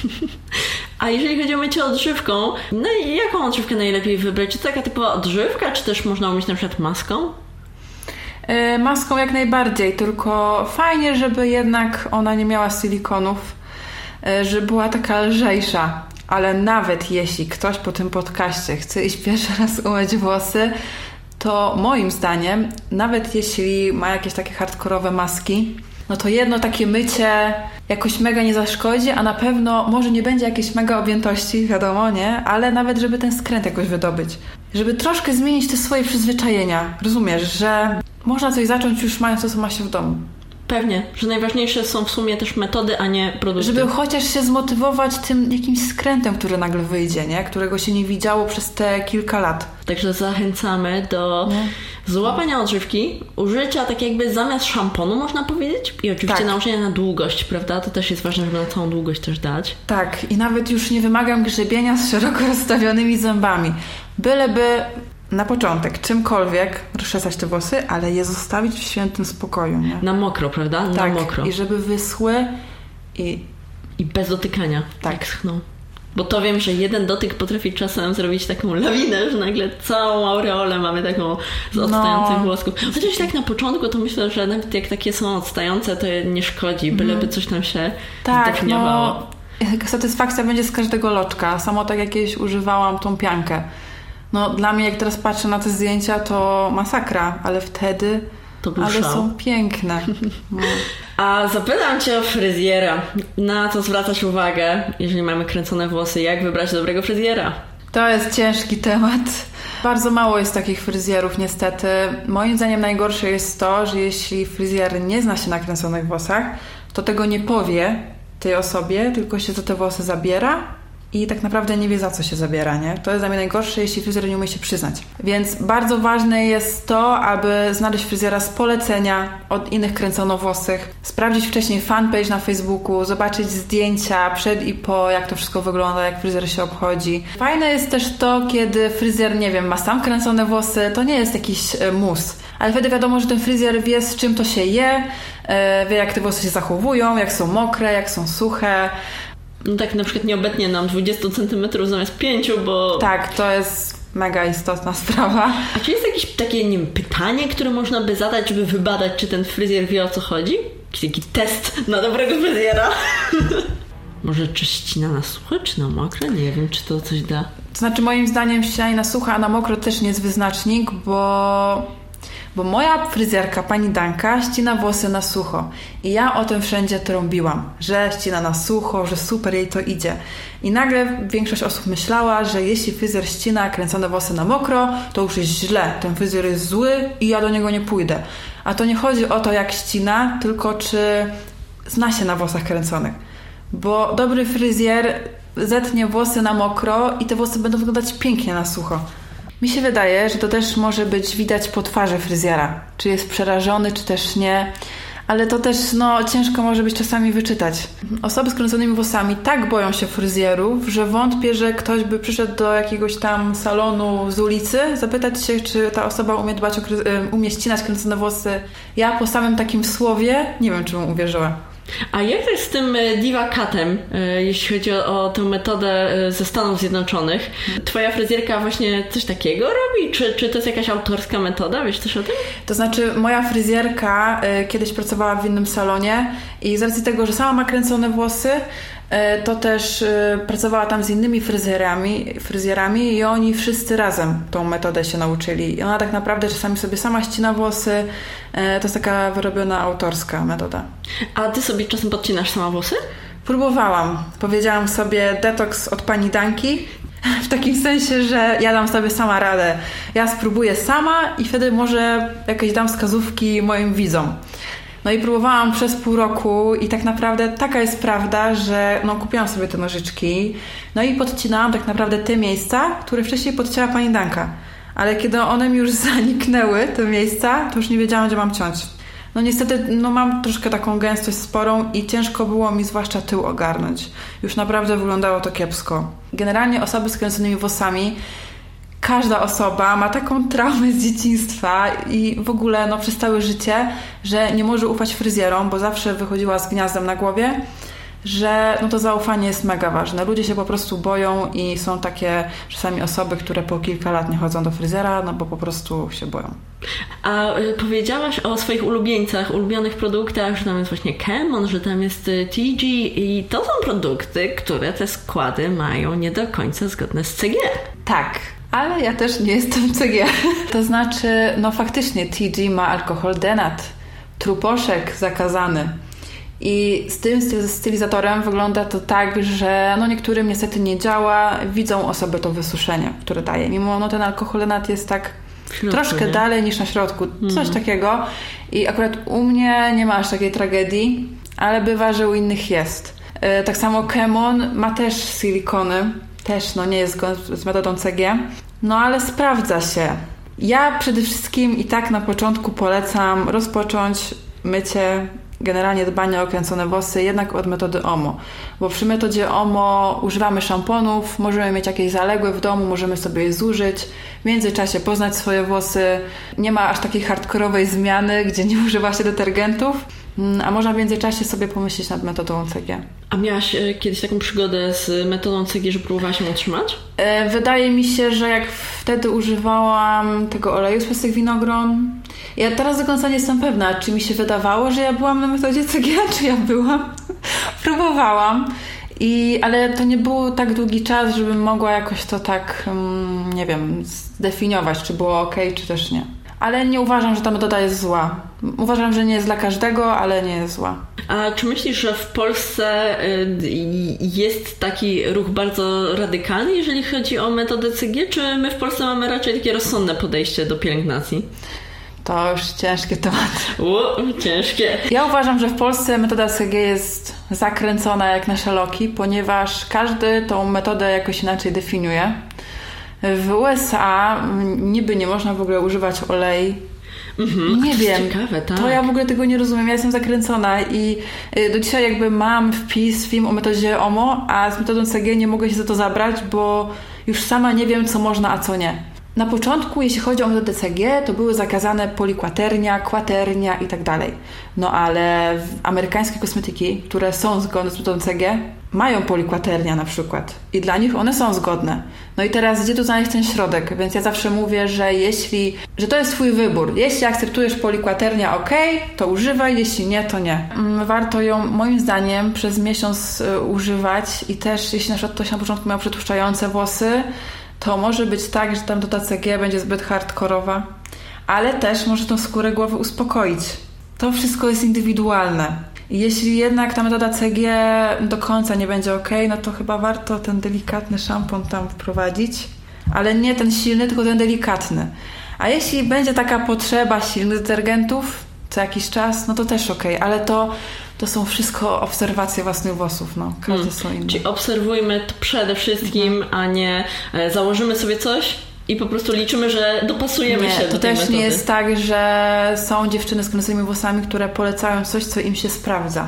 Speaker 1: A jeżeli chodzi o mycie odżywką, no i jaką odżywkę najlepiej wybrać? Czy to taka typowa odżywka, czy też można umyć na przykład maską?
Speaker 2: Yy, maską jak najbardziej, tylko fajnie, żeby jednak ona nie miała silikonów, yy, żeby była taka lżejsza. Ale nawet jeśli ktoś po tym podcaście chce iść pierwszy raz umyć włosy, to moim zdaniem, nawet jeśli ma jakieś takie hardkorowe maski, no to jedno takie mycie jakoś mega nie zaszkodzi, a na pewno może nie będzie jakiejś mega objętości, wiadomo, nie? Ale nawet żeby ten skręt jakoś wydobyć. Żeby troszkę zmienić te swoje przyzwyczajenia. Rozumiesz, że można coś zacząć już mając to, co ma się w domu.
Speaker 1: Pewnie, że najważniejsze są w sumie też metody, a nie produkty.
Speaker 2: Żeby chociaż się zmotywować tym jakimś skrętem, który nagle wyjdzie, nie? Którego się nie widziało przez te kilka lat.
Speaker 1: Także zachęcamy do nie? złapania odżywki, użycia tak jakby zamiast szamponu, można powiedzieć, i oczywiście tak. nałożenia na długość, prawda? To też jest ważne, żeby na całą długość też dać.
Speaker 2: Tak, i nawet już nie wymagam grzebienia z szeroko rozstawionymi zębami. Byleby na początek czymkolwiek rozczesać te włosy, ale je zostawić w świętym spokoju, nie?
Speaker 1: Na mokro, prawda? Na
Speaker 2: tak,
Speaker 1: mokro.
Speaker 2: I żeby wyschły i...
Speaker 1: I bez dotykania.
Speaker 2: Tak.
Speaker 1: No. Bo to wiem, że jeden dotyk potrafi czasem zrobić taką lawinę, że nagle całą aureolę mamy taką z odstających no. włosków. Chociaż tak na początku to myślę, że nawet jak takie są odstające, to nie szkodzi, byleby coś tam się
Speaker 2: tak,
Speaker 1: zdefiniowało.
Speaker 2: No, satysfakcja będzie z każdego loczka. Samo tak jak kiedyś używałam tą piankę. No dla mnie jak teraz patrzę na te zdjęcia, to masakra, ale wtedy...
Speaker 1: To był
Speaker 2: ale
Speaker 1: szał.
Speaker 2: są piękne. No.
Speaker 1: A zapytam Cię o fryzjera. Na co zwracać uwagę, jeżeli mamy kręcone włosy? Jak wybrać dobrego fryzjera?
Speaker 2: To jest ciężki temat. Bardzo mało jest takich fryzjerów niestety. Moim zdaniem najgorsze jest to, że jeśli fryzjer nie zna się na kręconych włosach, to tego nie powie tej osobie, tylko się za te włosy zabiera i tak naprawdę nie wie, za co się zabiera, nie? To jest dla mnie najgorsze, jeśli fryzjer nie umie się przyznać. Więc bardzo ważne jest to, aby znaleźć fryzjera z polecenia od innych kręconowłosych, sprawdzić wcześniej fanpage na Facebooku, zobaczyć zdjęcia przed i po, jak to wszystko wygląda, jak fryzjer się obchodzi. Fajne jest też to, kiedy fryzjer, nie wiem, ma sam kręcone włosy, to nie jest jakiś mus. Ale wtedy wiadomo, że ten fryzjer wie, z czym to się je, wie, jak te włosy się zachowują, jak są mokre, jak są suche.
Speaker 1: No tak na przykład nie obetnie nam dwadzieścia centymetrów zamiast pięciu, bo...
Speaker 2: Tak, to jest mega istotna sprawa.
Speaker 1: A czy jest jakieś takie, nie wiem, pytanie, które można by zadać, żeby wybadać, czy ten fryzjer wie, o co chodzi? Jakiś taki test na dobrego fryzjera? Może czy ścina na suche, czy na mokre? Nie wiem, czy to coś da.
Speaker 2: To znaczy moim zdaniem ściananie na suche, a na mokro też nie jest wyznacznik, bo... Bo moja fryzjerka, pani Danka, ścina włosy na sucho. I ja o tym wszędzie trąbiłam, że ścina na sucho, że super jej to idzie. I nagle większość osób myślała, że jeśli fryzjer ścina kręcone włosy na mokro, to już jest źle. Ten fryzjer jest zły i ja do niego nie pójdę. A to nie chodzi o to, jak ścina, tylko czy zna się na włosach kręconych. Bo dobry fryzjer zetnie włosy na mokro i te włosy będą wyglądać pięknie na sucho. Mi się wydaje, że to też może być widać po twarzy fryzjera. Czy jest przerażony, czy też nie. Ale to też no, ciężko może być czasami wyczytać. Osoby z kręconymi włosami tak boją się fryzjerów, że wątpię, że ktoś by przyszedł do jakiegoś tam salonu z ulicy, zapytać się, czy ta osoba umie dbać o umie ścinać kręcone włosy. Ja po samym takim słowie nie wiem, czy bym uwierzyła.
Speaker 1: A jak to jest z tym Diva Cutem, jeśli chodzi o, o tę metodę ze Stanów Zjednoczonych? Twoja fryzjerka właśnie coś takiego robi? Czy, czy to jest jakaś autorska metoda? Wiesz coś o tym?
Speaker 2: To znaczy moja fryzjerka y, kiedyś pracowała w innym salonie i z racji tego, że sama ma kręcone włosy, y, to też y, pracowała tam z innymi fryzjerami, fryzjerami i oni wszyscy razem tą metodę się nauczyli. I ona tak naprawdę czasami sobie sama ścina włosy. Y, to jest taka wyrobiona autorska metoda.
Speaker 1: A ty sobie czasem podcinasz sama włosy?
Speaker 2: Próbowałam. Powiedziałam sobie detoks od pani Danki. W takim sensie, że ja dam sobie sama radę. Ja spróbuję sama i wtedy może jakieś dam wskazówki moim widzom. No i próbowałam przez pół roku i tak naprawdę taka jest prawda, że no, kupiłam sobie te nożyczki, no i podcinałam tak naprawdę te miejsca, które wcześniej podcięła pani Danka. Ale kiedy one mi już zaniknęły, te miejsca, to już nie wiedziałam, gdzie mam ciąć. No niestety no mam troszkę taką gęstość sporą i ciężko było mi zwłaszcza tył ogarnąć. Już naprawdę wyglądało to kiepsko. Generalnie osoby z kręconymi włosami, każda osoba ma taką traumę z dzieciństwa i w ogóle no, przez całe życie, że nie może ufać fryzjerom, bo zawsze wychodziła z gniazdem na głowie, że no to zaufanie jest mega ważne. Ludzie się po prostu boją i są takie czasami osoby, które po kilka lat nie chodzą do fryzjera, no bo po prostu się boją.
Speaker 1: A y, powiedziałaś o swoich ulubieńcach, ulubionych produktach, że tam jest właśnie Chemon, że tam jest T G i to są produkty, które te składy mają nie do końca zgodne z C G.
Speaker 2: Tak. Ale ja też nie jestem C G. To znaczy, no faktycznie T G ma alkohol denat, truposzek zakazany. I z tym stylizatorem wygląda to tak, że no niektórym niestety nie działa, widzą osoby to wysuszenie, które daje. Mimo no ten alkoholenat jest tak środku, troszkę nie? dalej niż na środku, coś mm. takiego. I akurat u mnie nie ma aż takiej tragedii, ale bywa, że u innych jest. Yy, tak samo Chemon ma też silikony, też no nie jest z metodą C G, no ale sprawdza się. Ja przede wszystkim i tak na początku polecam rozpocząć mycie, generalnie dbanie o kręcone włosy jednak od metody O M O, bo przy metodzie O M O używamy szamponów, możemy mieć jakieś zaległe w domu, możemy sobie je zużyć, w międzyczasie poznać swoje włosy, nie ma aż takiej hardkorowej zmiany, gdzie nie używa się detergentów, a można w międzyczasie sobie pomyśleć nad metodą C G.
Speaker 1: A miałaś kiedyś taką przygodę z metodą C G, że próbowałaś ją utrzymać?
Speaker 2: Wydaje mi się, że jak wtedy używałam tego oleju z pestek winogron, ja teraz do końca nie jestem pewna, czy mi się wydawało, że ja byłam na metodzie C G, czy ja byłam. Próbowałam, i, ale to nie był tak długi czas, żebym mogła jakoś to tak, nie wiem, zdefiniować, czy było ok, czy też nie. Ale nie uważam, że ta metoda jest zła. Uważam, że nie jest dla każdego, ale nie jest zła.
Speaker 1: A czy myślisz, że w Polsce jest taki ruch bardzo radykalny, jeżeli chodzi o metodę C G, czy my w Polsce mamy raczej takie rozsądne podejście do pielęgnacji?
Speaker 2: To już ciężkie tematy.
Speaker 1: U, ciężkie.
Speaker 2: Ja uważam, że w Polsce metoda C G jest zakręcona jak na szaloki, ponieważ każdy tą metodę jakoś inaczej definiuje. W U S A niby nie można w ogóle używać olei.
Speaker 1: Mhm,
Speaker 2: nie
Speaker 1: to
Speaker 2: wiem,
Speaker 1: jest ciekawe, tak.
Speaker 2: To ja w ogóle tego nie rozumiem, ja jestem zakręcona i do dzisiaj jakby mam wpis, film o metodzie O M O, a z metodą C G nie mogę się za to zabrać, bo już sama nie wiem, co można, a co nie. Na początku, jeśli chodzi o metodę C G, to były zakazane polikwaternia, kwaternia i tak dalej. No ale amerykańskie kosmetyki, które są zgodne z metodą C G, mają polikwaternia na przykład i dla nich one są zgodne. No i teraz gdzie tu znaleźć ten środek? Więc ja zawsze mówię, że jeśli, że to jest twój wybór. Jeśli akceptujesz polikwaternia, ok, to używaj, jeśli nie, to nie. Warto ją moim zdaniem przez miesiąc używać i też jeśli na przykład ktoś na początku miał przetłuszczające włosy, to może być tak, że ta metoda C G będzie zbyt hardkorowa, ale też może tą skórę głowy uspokoić. To wszystko jest indywidualne. I jeśli jednak ta metoda C G do końca nie będzie ok, no to chyba warto ten delikatny szampon tam wprowadzić, ale nie ten silny, tylko ten delikatny. A jeśli będzie taka potrzeba silnych detergentów co jakiś czas, no to też ok, ale to To są wszystko obserwacje własnych włosów, no. Każde hmm. są inne.
Speaker 1: Czyli obserwujmy to przede wszystkim, mhm. a nie e, założymy sobie coś i po prostu liczymy, że dopasujemy
Speaker 2: nie,
Speaker 1: się do tej metody.
Speaker 2: To też nie jest tak, że są dziewczyny z kręconymi włosami, które polecają coś, co im się sprawdza.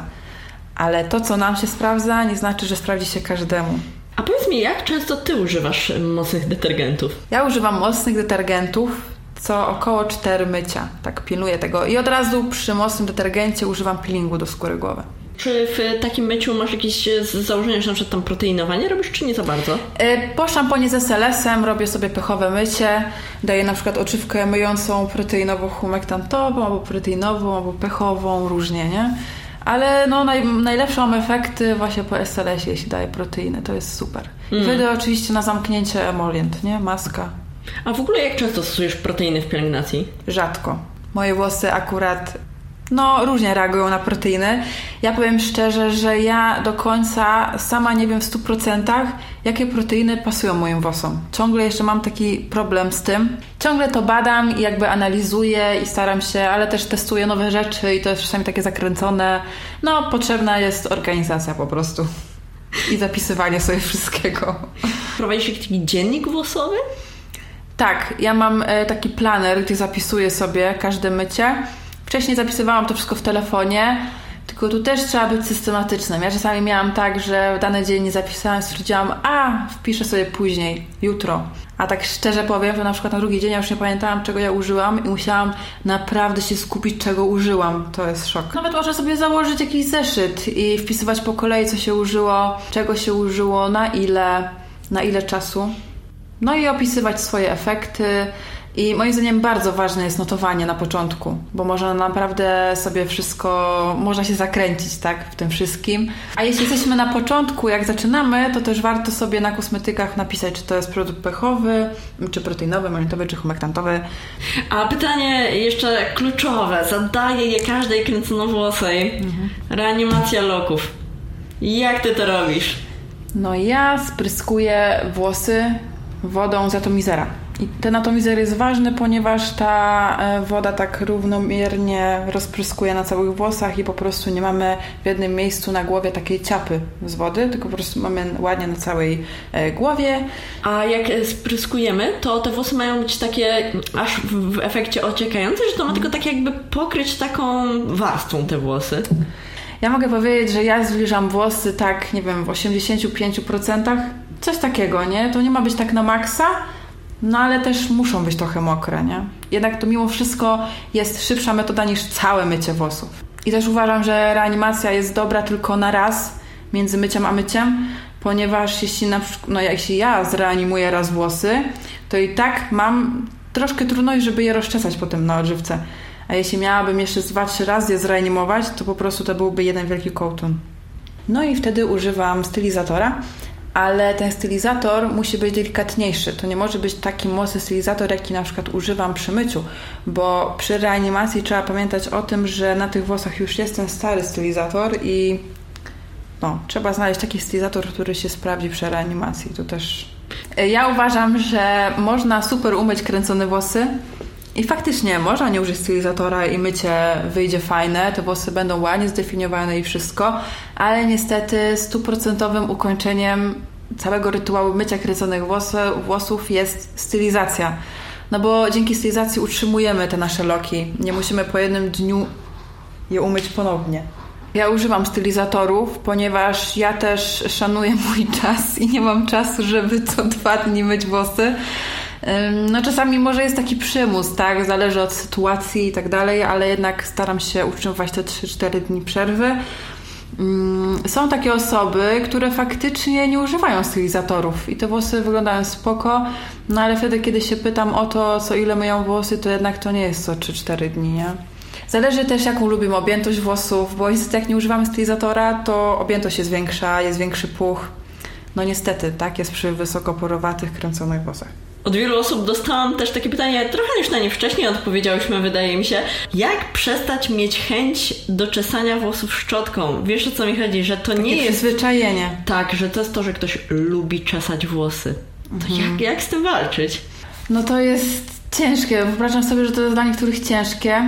Speaker 2: Ale to, co nam się sprawdza, nie znaczy, że sprawdzi się każdemu.
Speaker 1: A powiedz mi, jak często ty używasz mocnych detergentów?
Speaker 2: Ja używam mocnych detergentów co około cztery mycia. Tak, pilnuję tego. I od razu przy mocnym detergencie używam peelingu do skóry głowy.
Speaker 1: Czy w takim myciu masz jakieś założenie, że na przykład tam proteinowanie robisz, czy nie za bardzo?
Speaker 2: Po szamponie z S L S-em robię sobie pechowe mycie. Daję na przykład oczywkę myjącą proteinową-humektantową, albo proteinową, albo pechową, różnie, nie? Ale no, naj, najlepsze mam efekty właśnie po S L S-ie, jeśli daję proteiny. To jest super. Mm. I wtedy oczywiście na zamknięcie emolient, nie? Maska.
Speaker 1: A w ogóle jak często stosujesz proteiny w pielęgnacji?
Speaker 2: Rzadko. Moje włosy akurat no różnie reagują na proteiny. Ja powiem szczerze, że ja do końca sama nie wiem w stu procentach, jakie proteiny pasują moim włosom. Ciągle jeszcze mam taki problem z tym. Ciągle to badam i jakby analizuję i staram się, ale też testuję nowe rzeczy i to jest czasami takie zakręcone. No potrzebna jest organizacja po prostu. I zapisywanie sobie wszystkiego.
Speaker 1: Prowadzisz jakiś taki dziennik włosowy?
Speaker 2: Tak, ja mam taki planer, gdzie zapisuję sobie każde mycie. Wcześniej zapisywałam to wszystko w telefonie, tylko tu też trzeba być systematycznym. Ja czasami miałam tak, że w dany dzień nie zapisałam, stwierdziłam, a wpiszę sobie później, jutro. A tak szczerze powiem, że na przykład na drugi dzień ja już nie pamiętałam, czego ja użyłam i musiałam naprawdę się skupić, czego użyłam. To jest szok. Nawet można sobie założyć jakiś zeszyt i wpisywać po kolei, co się użyło, czego się użyło, na ile, na ile czasu. No i opisywać swoje efekty. I moim zdaniem bardzo ważne jest notowanie na początku, bo można naprawdę sobie wszystko, można się zakręcić, tak, w tym wszystkim. A jeśli jesteśmy na początku, jak zaczynamy, to też warto sobie na kosmetykach napisać, czy to jest produkt pechowy, czy proteinowy, magnetowy, czy humektantowy.
Speaker 1: A pytanie jeszcze kluczowe, zadaję je każdej kręconowłosej. Mhm. Reanimacja loków. Jak ty to robisz?
Speaker 2: No ja spryskuję włosy wodą z atomizera. I ten atomizer jest ważny, ponieważ ta woda tak równomiernie rozpryskuje na całych włosach i po prostu nie mamy w jednym miejscu na głowie takiej ciapy z wody, tylko po prostu mamy ładnie na całej głowie.
Speaker 1: A jak spryskujemy, to te włosy mają być takie aż w efekcie ociekające, że to ma tylko tak jakby pokryć taką warstwą te włosy?
Speaker 2: Ja mogę powiedzieć, że ja zwilżam włosy tak, nie wiem, w osiemdziesiąt pięć procent. Coś takiego, nie? To nie ma być tak na maksa, no ale też muszą być trochę mokre, nie? Jednak to mimo wszystko jest szybsza metoda niż całe mycie włosów. I też uważam, że reanimacja jest dobra tylko na raz między myciem a myciem, ponieważ jeśli, na przykład, no jeśli ja zreanimuję raz włosy, to i tak mam troszkę trudność, żeby je rozczesać potem na odżywce. A jeśli miałabym jeszcze dwa trzy razy je zreanimować, to po prostu to byłby jeden wielki kołtun. No i wtedy używam stylizatora, ale ten stylizator musi być delikatniejszy. To nie może być taki mocny stylizator, jaki na przykład używam przy myciu, bo przy reanimacji trzeba pamiętać o tym, że na tych włosach już jest ten stary stylizator i no, trzeba znaleźć taki stylizator, który się sprawdzi przy reanimacji. To też... Ja uważam, że można super umyć kręcone włosy i faktycznie można nie użyć stylizatora i mycie wyjdzie fajne, te włosy będą ładnie zdefiniowane i wszystko, ale niestety stuprocentowym ukończeniem całego rytuału mycia kręconych włosów, włosów jest stylizacja. No bo dzięki stylizacji utrzymujemy te nasze loki. Nie musimy po jednym dniu je umyć ponownie. Ja używam stylizatorów, ponieważ ja też szanuję mój czas i nie mam czasu, żeby co dwa dni myć włosy. No czasami może jest taki przymus, tak? Zależy od sytuacji i tak dalej, ale jednak staram się utrzymywać te trzy cztery dni przerwy. Są takie osoby, które faktycznie nie używają stylizatorów i te włosy wyglądają spoko, no ale wtedy, kiedy się pytam o to, co ile myją włosy, to jednak to nie jest co trzy cztery dni, nie? Zależy też, jaką lubimy objętość włosów, bo niestety jak nie używamy stylizatora, to objętość jest większa, jest większy puch. No niestety, tak jest przy wysokoporowatych, kręconych włosach.
Speaker 1: Od wielu osób dostałam też takie pytanie, trochę już na nie wcześniej odpowiedziałyśmy, wydaje mi się. Jak przestać mieć chęć do czesania włosów szczotką? Wiesz, o co mi chodzi? Że to
Speaker 2: takie
Speaker 1: nie jest...
Speaker 2: przyzwyczajenie.
Speaker 1: Tak, że to jest to, że ktoś lubi czesać włosy. To
Speaker 2: Mhm.
Speaker 1: jak, jak z tym walczyć?
Speaker 2: No to jest ciężkie. Wyobrażam sobie, że to jest dla niektórych ciężkie,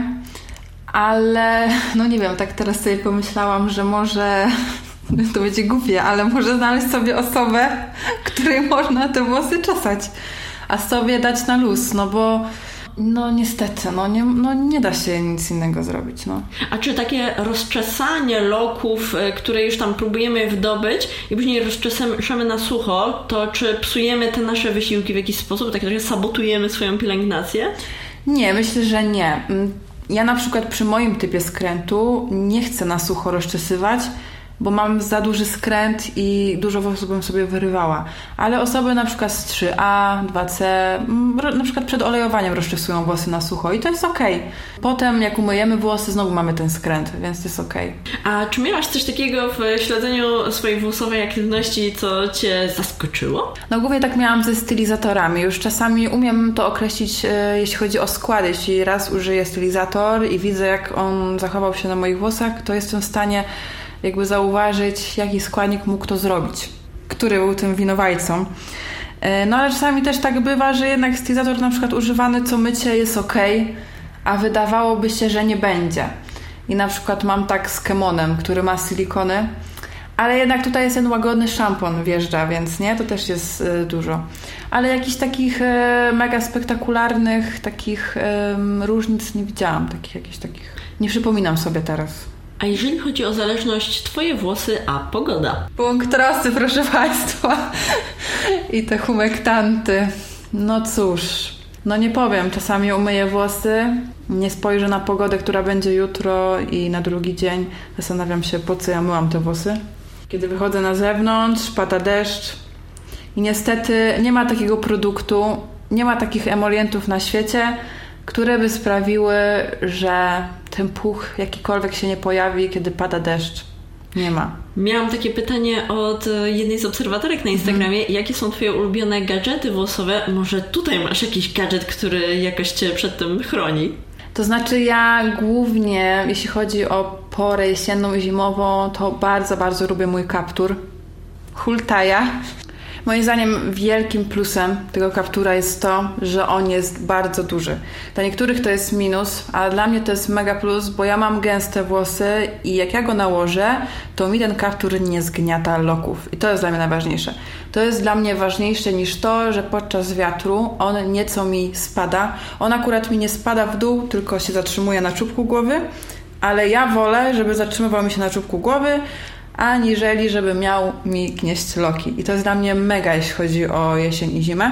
Speaker 2: ale no nie wiem, tak teraz sobie pomyślałam, że może... To będzie głupie, ale może znaleźć sobie osobę, której można te włosy czesać, a sobie dać na luz, no bo no niestety, no nie, no nie da się nic innego zrobić. No.
Speaker 1: A czy takie rozczesanie loków, które już tam próbujemy wydobyć i później rozczesamy na sucho, to czy psujemy te nasze wysiłki w jakiś sposób, tak że sabotujemy swoją pielęgnację?
Speaker 2: Nie, myślę, że nie. Ja na przykład przy moim typie skrętu nie chcę na sucho rozczesywać, bo mam za duży skręt i dużo włosów bym sobie wyrywała. Ale osoby na przykład z trzy A, dwa C, na przykład przed olejowaniem rozczesują włosy na sucho i to jest okej. Potem jak umyjemy włosy, znowu mamy ten skręt, więc to jest okej.
Speaker 1: A czy miałaś coś takiego w śledzeniu swojej włosowej aktywności, co cię zaskoczyło?
Speaker 2: No głównie tak miałam ze stylizatorami. Już czasami umiem to określić, e, jeśli chodzi o składy. Jeśli raz użyję stylizator i widzę, jak on zachował się na moich włosach, to jestem w stanie jakby zauważyć, jaki składnik mógł to zrobić, który był tym winowajcą. No ale czasami też tak bywa, że jednak stylizator na przykład używany co mycie jest okej, a wydawałoby się, że nie będzie. I na przykład mam tak z Kemonem, który ma silikony, ale jednak tutaj jest ten łagodny szampon wjeżdża, więc nie, to też jest y, dużo. Ale jakichś takich y, mega spektakularnych takich y, różnic nie widziałam, takich jakichś takich. Nie przypominam sobie teraz.
Speaker 1: A jeżeli chodzi o zależność twoje włosy, a pogoda?
Speaker 2: Punkt trosy, proszę Państwa. I te humektanty. No cóż, no nie powiem. Czasami umyję włosy, nie spojrzę na pogodę, która będzie jutro i na drugi dzień zastanawiam się, po co ja myłam te włosy. Kiedy wychodzę na zewnątrz, pada deszcz i niestety nie ma takiego produktu, nie ma takich emolientów na świecie, które by sprawiły, że ten puch jakikolwiek się nie pojawi, kiedy pada deszcz. Nie ma.
Speaker 1: Miałam takie pytanie od jednej z obserwatorek na Instagramie. Mhm. Jakie są twoje ulubione gadżety włosowe? Może tutaj masz jakiś gadżet, który jakoś cię przed tym chroni?
Speaker 2: To znaczy ja głównie, jeśli chodzi o porę jesienną i zimową, to bardzo, bardzo lubię mój kaptur. Hultaja. Moim zdaniem wielkim plusem tego kaptura jest to, że on jest bardzo duży. Dla niektórych to jest minus, a dla mnie to jest mega plus, bo ja mam gęste włosy i jak ja go nałożę, to mi ten kaptur nie zgniata loków. I to jest dla mnie najważniejsze. To jest dla mnie ważniejsze niż to, że podczas wiatru on nieco mi spada. On akurat mi nie spada w dół, tylko się zatrzymuje na czubku głowy, ale ja wolę, żeby zatrzymywał mi się na czubku głowy, aniżeli żeby miał mi gnieść loki. I to jest dla mnie mega, jeśli chodzi o jesień i zimę.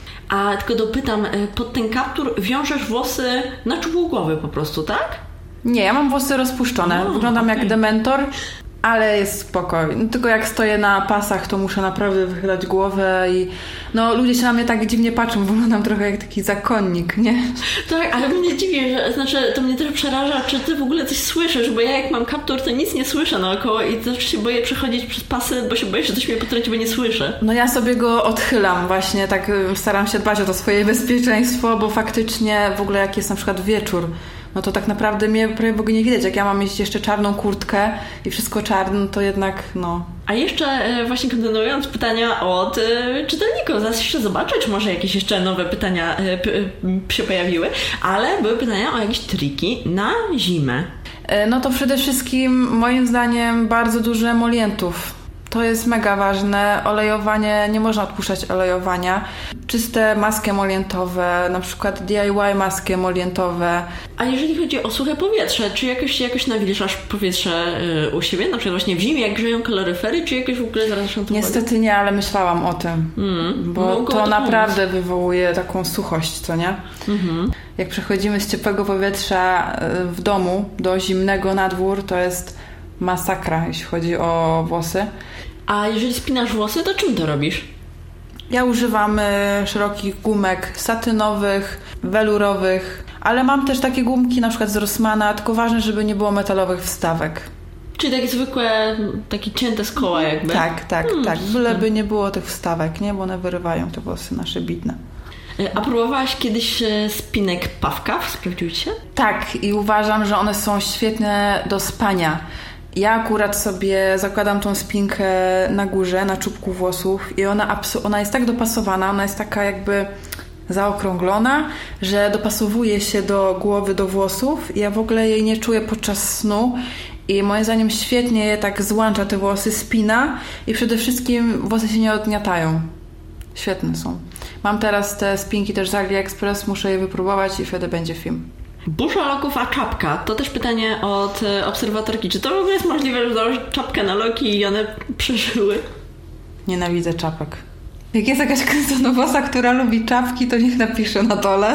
Speaker 1: A tylko dopytam, pod ten kaptur wiążesz włosy na czubku głowy po prostu, tak?
Speaker 2: Nie, ja mam włosy rozpuszczone. O, Wyglądam okay. jak dementor, ale jest spokojnie. No, tylko jak stoję na pasach, to muszę naprawdę wychylać głowę i no ludzie się na mnie tak dziwnie patrzą, wyglądam trochę jak taki zakonnik, nie?
Speaker 1: Tak, ale mnie dziwi, że znaczy to mnie też przeraża, czy ty w ogóle coś słyszysz, bo ja jak mam kaptur, to nic nie słyszę naokoło i zawsze się boję przechodzić przez pasy, bo się boję, że coś mnie potrąci, bo nie słyszę.
Speaker 2: No ja sobie go odchylam właśnie, tak staram się dbać o to swoje bezpieczeństwo, bo faktycznie w ogóle jak jest na przykład wieczór, no to tak naprawdę mnie prawie w ogóle nie widać. Jak ja mam mieć jeszcze czarną kurtkę i wszystko czarne, to jednak no...
Speaker 1: A jeszcze właśnie kontynuując pytania od czytelników, zaraz jeszcze zobaczę, czy może jakieś jeszcze nowe pytania się pojawiły, ale były pytania o jakieś triki na zimę.
Speaker 2: No to przede wszystkim moim zdaniem bardzo dużo emolientów. To jest mega ważne. Olejowanie, nie można odpuszczać olejowania. Czyste maski emolientowe, na przykład D I Y maski emolientowe.
Speaker 1: A jeżeli chodzi o suche powietrze, czy jakoś, jakoś nawilżasz powietrze yy, u siebie? Na przykład właśnie w zimie, jak grzeją kaloryfery, czy jakoś w ogóle zaraz się to
Speaker 2: Niestety nie, ale myślałam o tym. Mm, bo to, to naprawdę pomóc. Wywołuje taką suchość, co nie? Mm-hmm. Jak przechodzimy z ciepłego powietrza w domu do zimnego na dwór, to jest masakra, jeśli chodzi o włosy.
Speaker 1: A jeżeli spinasz włosy, to czym to robisz?
Speaker 2: Ja używam szerokich gumek satynowych, welurowych, ale mam też takie gumki na przykład z Rossmana, tylko ważne, żeby nie było metalowych wstawek.
Speaker 1: Czyli takie zwykłe, takie cięte z koła jakby?
Speaker 2: Tak, tak, hmm. tak. Byleby nie było tych wstawek, nie? Bo one wyrywają te włosy nasze bitne.
Speaker 1: A próbowałaś kiedyś spinek Pawka? Sprawdziły się?
Speaker 2: Tak i uważam, że one są świetne do spania. Ja akurat sobie zakładam tą spinkę na górze, na czubku włosów i ona, ona jest tak dopasowana, ona jest taka jakby zaokrąglona, że dopasowuje się do głowy, do włosów i ja w ogóle jej nie czuję podczas snu i moim zdaniem świetnie je tak złącza te włosy, spina i przede wszystkim włosy się nie odgniatają. Świetne są. Mam teraz te spinki też z AliExpress, muszę je wypróbować i wtedy będzie film.
Speaker 1: Burza loków, a czapka? To też pytanie od obserwatorki. Czy to w ogóle jest możliwe, że założyć czapkę na loki i one przeżyły?
Speaker 2: Nienawidzę czapek. Jak jest jakaś kręconowosa, która lubi czapki, to niech napisze na dole.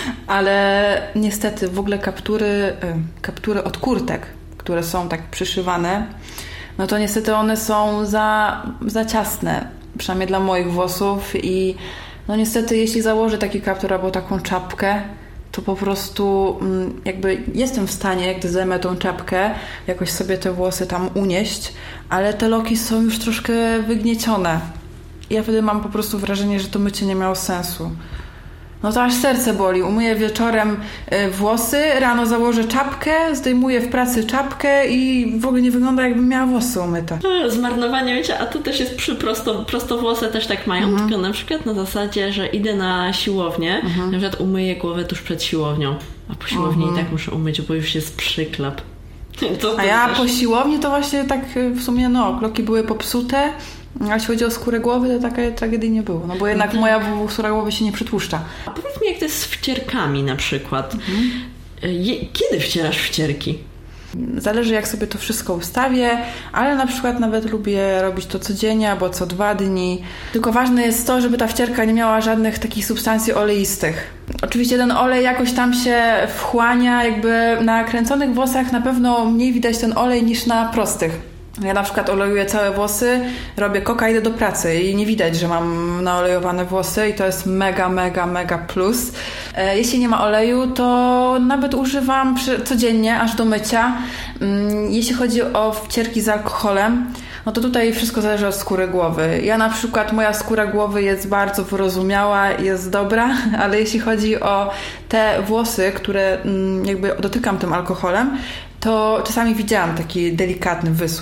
Speaker 2: Ale niestety w ogóle kaptury, kaptury od kurtek, które są tak przyszywane, no to niestety one są za, za ciasne. Przynajmniej dla moich włosów i no niestety jeśli założę taki kaptur albo taką czapkę, to po prostu jakby jestem w stanie, jak zdejmę tą czapkę, jakoś sobie te włosy tam unieść, ale te loki są już troszkę wygniecione. Ja wtedy mam po prostu wrażenie, że to mycie nie miało sensu. No to aż serce boli. Umyję wieczorem włosy, rano założę czapkę, zdejmuję w pracy czapkę i w ogóle nie wygląda, jakbym miała włosy umyte.
Speaker 1: Zmarnowanie, wiecie, a to też jest przy prosto, prostowłosy też tak mają, mhm. tylko na przykład na zasadzie, że idę na siłownię, mhm. na przykład umyję głowę tuż przed siłownią, a po siłowni mhm. i tak muszę umyć, bo już jest przyklap.
Speaker 2: To, a ja też... po siłowni to właśnie tak w sumie no, loki były popsute. A jeśli chodzi o skórę głowy, to takiej tragedii nie było. No bo jednak no moja skóra głowy się nie przytłuszcza.
Speaker 1: A powiedz mi, jak to jest z wcierkami na przykład. Mhm. Je, kiedy wcierasz wcierki?
Speaker 2: Zależy, jak sobie to wszystko ustawię, ale na przykład nawet lubię robić to codziennie albo co dwa dni. Tylko ważne jest to, żeby ta wcierka nie miała żadnych takich substancji oleistych. Oczywiście ten olej jakoś tam się wchłania, jakby na kręconych włosach na pewno mniej widać ten olej niż na prostych. Ja na przykład olejuję całe włosy, robię koka, idę do pracy i nie widać, że mam naolejowane włosy i to jest mega, mega, mega plus. Jeśli nie ma oleju, to nawet używam przy, codziennie, aż do mycia. Jeśli chodzi o wcierki z alkoholem, no to tutaj wszystko zależy od skóry głowy. Ja na przykład, moja skóra głowy jest bardzo wyrozumiała, jest dobra, ale jeśli chodzi o te włosy, które jakby dotykam tym alkoholem, to czasami widziałam taki delikatny wysusz.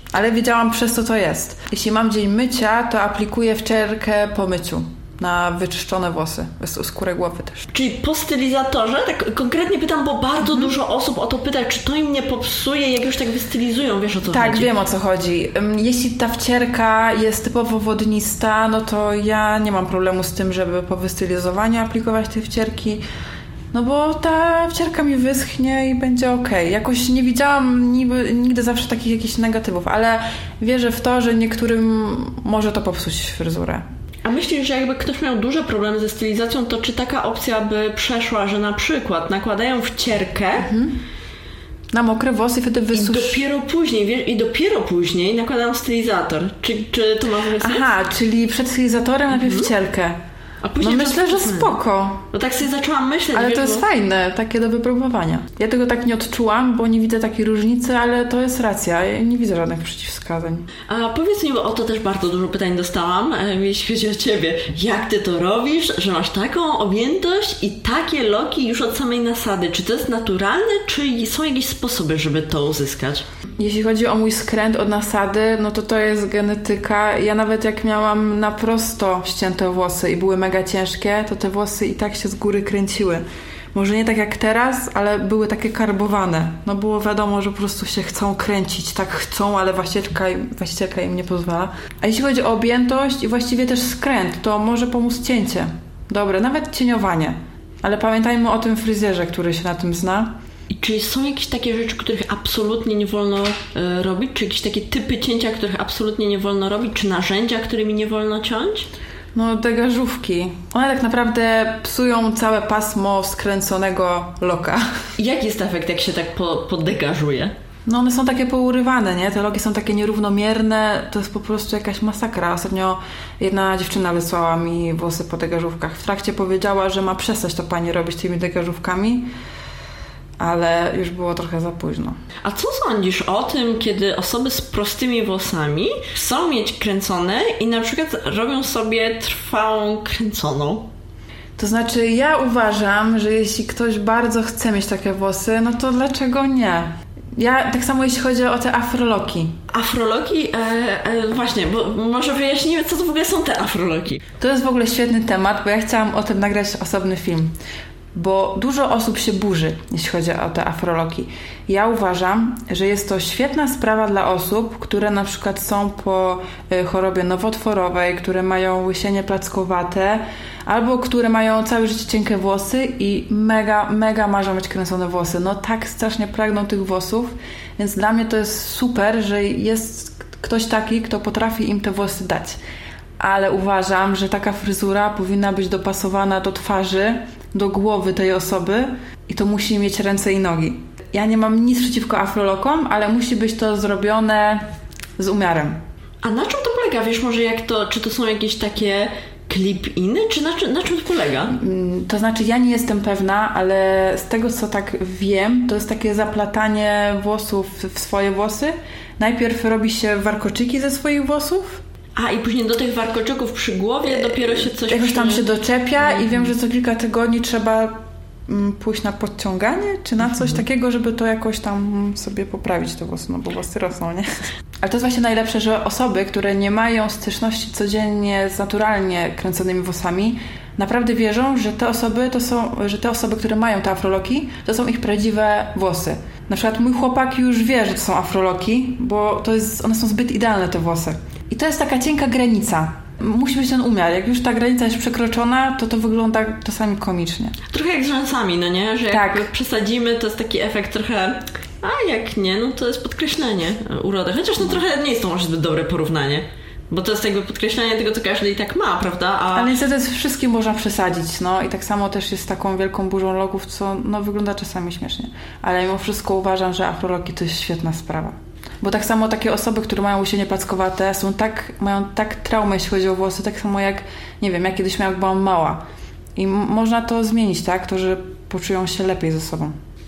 Speaker 2: Ale wiedziałam, przez co to jest. Jeśli mam dzień mycia, to aplikuję wczerkę po myciu na wyczyszczone włosy, skórę głowy też.
Speaker 1: Czyli po stylizatorze? Tak konkretnie pytam, bo bardzo mhm. dużo osób o to pyta, czy to im nie popsuje, jak już tak wystylizują, wiesz o co
Speaker 2: tak,
Speaker 1: chodzi?
Speaker 2: Tak, wiem o co chodzi. Jeśli ta wcierka jest typowo wodnista, no to ja nie mam problemu z tym, żeby po wystylizowaniu aplikować te wcierki, no bo ta wcierka mi wyschnie i będzie okej. Okay. Jakoś nie widziałam niby, nigdy zawsze takich jakichś negatywów, ale wierzę w to, że niektórym może to popsuć fryzurę.
Speaker 1: A myślisz, że jakby ktoś miał duże problemy ze stylizacją, to czy taka opcja by przeszła, że na przykład nakładają wcierkę mhm.
Speaker 2: na mokre włosy i wtedy wysusz...
Speaker 1: I dopiero później, wiesz, i dopiero później nakładają stylizator. Czy, czy to ma w ogóle sens?
Speaker 2: Aha, czyli przed stylizatorem najpierw mhm. wcierkę. A później no myślę, że spoko.
Speaker 1: No tak sobie zaczęłam myśleć.
Speaker 2: Ale
Speaker 1: wiesz,
Speaker 2: to jest
Speaker 1: bo...
Speaker 2: fajne, takie do wypróbowania. Ja tego tak nie odczułam, bo nie widzę takiej różnicy, ale to jest racja. Ja nie widzę żadnych przeciwwskazań.
Speaker 1: A powiedz mi, bo o to też bardzo dużo pytań dostałam, jeśli chodzi o ciebie. Jak ty to robisz, że masz taką objętość i takie loki już od samej nasady? Czy to jest naturalne, czy są jakieś sposoby, żeby to uzyskać?
Speaker 2: Jeśli chodzi o mój skręt od nasady, no to to jest genetyka. Ja nawet jak miałam na prosto ścięte włosy i były mega ciężkie, to te włosy i tak się z góry kręciły. Może nie tak jak teraz, ale były takie karbowane. No było wiadomo, że po prostu się chcą kręcić, tak chcą, ale właścicielka, właścicielka im nie pozwala. A jeśli chodzi o objętość i właściwie też skręt, to może pomóc cięcie. Dobre, nawet cieniowanie. Ale pamiętajmy o tym fryzjerze, który się na tym zna.
Speaker 1: I czy są jakieś takie rzeczy, których absolutnie nie wolno y, robić? Czy jakieś takie typy cięcia, których absolutnie nie wolno robić? Czy narzędzia, którymi nie wolno ciąć?
Speaker 2: No, degażówki. One tak naprawdę psują całe pasmo skręconego loka.
Speaker 1: I jaki jest efekt, jak się tak po, podegażuje?
Speaker 2: No, one są takie pourywane, nie? Te loki są takie nierównomierne. To jest po prostu jakaś masakra. Ostatnio jedna dziewczyna wysłała mi włosy po degażówkach. W trakcie powiedziała, że ma przestać to pani robić tymi degażówkami, ale już było trochę za późno.
Speaker 1: A co sądzisz o tym, kiedy osoby z prostymi włosami chcą mieć kręcone i na przykład robią sobie trwałą kręconą?
Speaker 2: To znaczy, ja uważam, że jeśli ktoś bardzo chce mieć takie włosy, no to dlaczego nie? Ja tak samo jeśli chodzi o te afroloki.
Speaker 1: Afroloki? E, e, właśnie, bo może wyjaśnijmy, co to w ogóle są te afroloki.
Speaker 2: To jest w ogóle świetny temat, bo ja chciałam o tym nagrać osobny film. Bo dużo osób się burzy, jeśli chodzi o te afroloki. Ja uważam, że jest to świetna sprawa dla osób, które na przykład są po chorobie nowotworowej, które mają łysienie plackowate, albo które mają całe życie cienkie włosy i mega, mega marzą mieć kręcone włosy. No tak strasznie pragną tych włosów, więc dla mnie to jest super, że jest ktoś taki, kto potrafi im te włosy dać. Ale uważam, że taka fryzura powinna być dopasowana do twarzy, do głowy tej osoby i to musi mieć ręce i nogi. Ja nie mam nic przeciwko afrolokom, ale musi być to zrobione z umiarem.
Speaker 1: A na czym to polega? Wiesz może jak to, czy to są jakieś takie clip-iny, czy na, na czym to polega?
Speaker 2: To znaczy ja nie jestem pewna, ale z tego co tak wiem, to jest takie zaplatanie włosów w swoje włosy. Najpierw robi się warkoczyki ze swoich włosów.
Speaker 1: A i później do tych warkoczyków przy głowie dopiero się coś...
Speaker 2: Jakoś tam
Speaker 1: przy...
Speaker 2: się doczepia i wiem, że co kilka tygodni trzeba pójść na podciąganie, czy na coś mhm. takiego, żeby to jakoś tam sobie poprawić te włosy, no bo włosy rosną, nie? Ale to jest właśnie najlepsze, że osoby, które nie mają styczności codziennie z naturalnie kręconymi włosami, naprawdę wierzą, że te osoby to są, że te osoby, które mają te afroloki, to są ich prawdziwe włosy. Na przykład mój chłopak już wie, że to są afroloki, bo to jest, one są zbyt idealne, te włosy. I to jest taka cienka granica. Musi być ten umiar. Jak już ta granica jest przekroczona, to to wygląda czasami komicznie.
Speaker 1: Trochę jak z rzęsami, no nie? Że
Speaker 2: tak.
Speaker 1: Jak przesadzimy, to jest taki efekt trochę... A jak nie, no to jest podkreślenie urody. Chociaż no trochę nie jest to może zbyt dobre porównanie. Bo to jest jakby podkreślenie tego, co każdy i tak ma, prawda? A...
Speaker 2: Ale niestety z wszystkim można przesadzić, no. I tak samo też jest z taką wielką burzą loków, co no, wygląda czasami śmiesznie. Ale mimo wszystko uważam, że afroloki to jest świetna sprawa. Bo tak samo takie osoby, które mają łysienie plackowate, są tak, mają tak traumę, jeśli chodzi o włosy, tak samo jak, nie wiem, ja kiedyś miałam, jak byłam mała. I m- można to zmienić, tak? To, że poczują się lepiej ze sobą.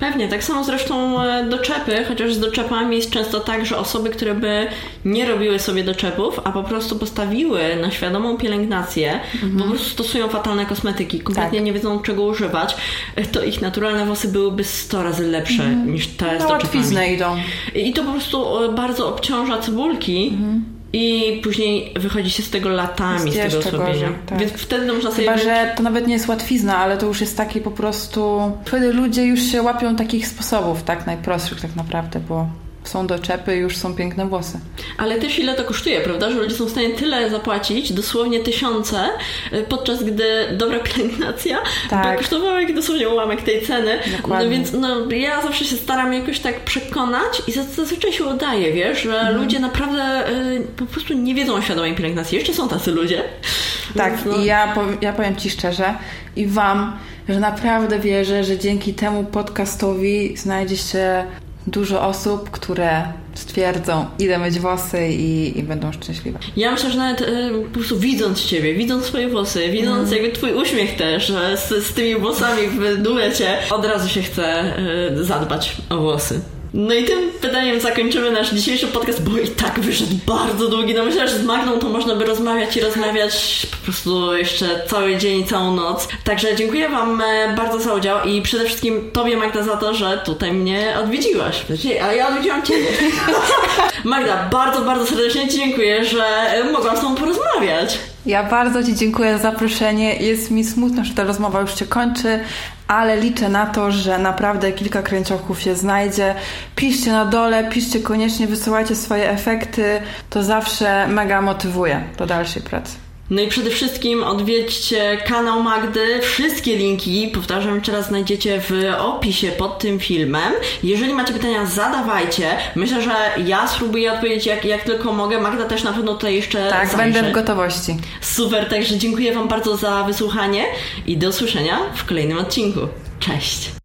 Speaker 1: Pewnie, tak samo zresztą doczepy, chociaż z doczepami jest często tak, że osoby, które by nie robiły sobie doczepów, a po prostu postawiły na świadomą pielęgnację, mhm. po prostu stosują fatalne kosmetyki, kompletnie tak. nie wiedzą czego używać, to ich naturalne włosy byłyby sto razy lepsze mhm. niż te z doczepami.
Speaker 2: Łatwiznę idą.
Speaker 1: I to po prostu bardzo obciąża cebulki, mhm. i później wychodzi się z tego latami, z tego osłabienia. Tak. Więc wtedy można sobie...
Speaker 2: Chyba, że to nawet nie jest łatwizna, ale to już jest taki po prostu... Wtedy ludzie już się łapią takich sposobów, tak najprostszych tak naprawdę, bo są doczepy, już są piękne włosy.
Speaker 1: Ale też ile to kosztuje, prawda? Że ludzie są w stanie tyle zapłacić, dosłownie tysiące, podczas gdy dobra pielęgnacja tak. by kosztowała jak dosłownie ułamek tej ceny.
Speaker 2: Dokładnie.
Speaker 1: No więc no, ja zawsze się staram jakoś tak przekonać i zazwyczaj się udaje, wiesz, że mhm. ludzie naprawdę y, po prostu nie wiedzą o świadomej pielęgnacji. Jeszcze są tacy ludzie.
Speaker 2: Tak, więc, no... i ja, powiem, ja powiem Ci szczerze i Wam, że naprawdę wierzę, że dzięki temu podcastowi znajdzie się dużo osób, które stwierdzą, idę myć włosy i, i będą szczęśliwe.
Speaker 1: Ja myślę, że nawet y, po prostu widząc Ciebie, widząc Twoje włosy, widząc mm. jakby Twój uśmiech też z, z tymi włosami w duecie, od razu się chce y, zadbać o włosy. No i tym pytaniem zakończymy nasz dzisiejszy podcast, bo i tak wyszedł bardzo długi. No myślę, że z Magdą to można by rozmawiać i rozmawiać po prostu jeszcze cały dzień i całą noc. Także dziękuję Wam bardzo za udział i przede wszystkim Tobie, Magda, za to, że tutaj mnie odwiedziłaś. A ja odwiedziłam Ciebie. Magda, bardzo, bardzo serdecznie Ci dziękuję, że mogłam z Tobą porozmawiać.
Speaker 2: Ja bardzo Ci dziękuję za zaproszenie. Jest mi smutno, że ta rozmowa już się kończy, ale liczę na to, że naprawdę kilka kręciołków się znajdzie. Piszcie na dole, piszcie koniecznie, wysyłajcie swoje efekty. To zawsze mega motywuje do dalszej pracy.
Speaker 1: No i przede wszystkim odwiedźcie kanał Magdy. Wszystkie linki, powtarzam jeszcze raz, znajdziecie w opisie pod tym filmem. Jeżeli macie pytania, zadawajcie. Myślę, że ja spróbuję odpowiedzieć jak, jak tylko mogę. Magda też na pewno tutaj jeszcze
Speaker 2: Tak,
Speaker 1: zajrzy.
Speaker 2: Będę w gotowości.
Speaker 1: Super, także dziękuję Wam bardzo za wysłuchanie i do usłyszenia w kolejnym odcinku. Cześć!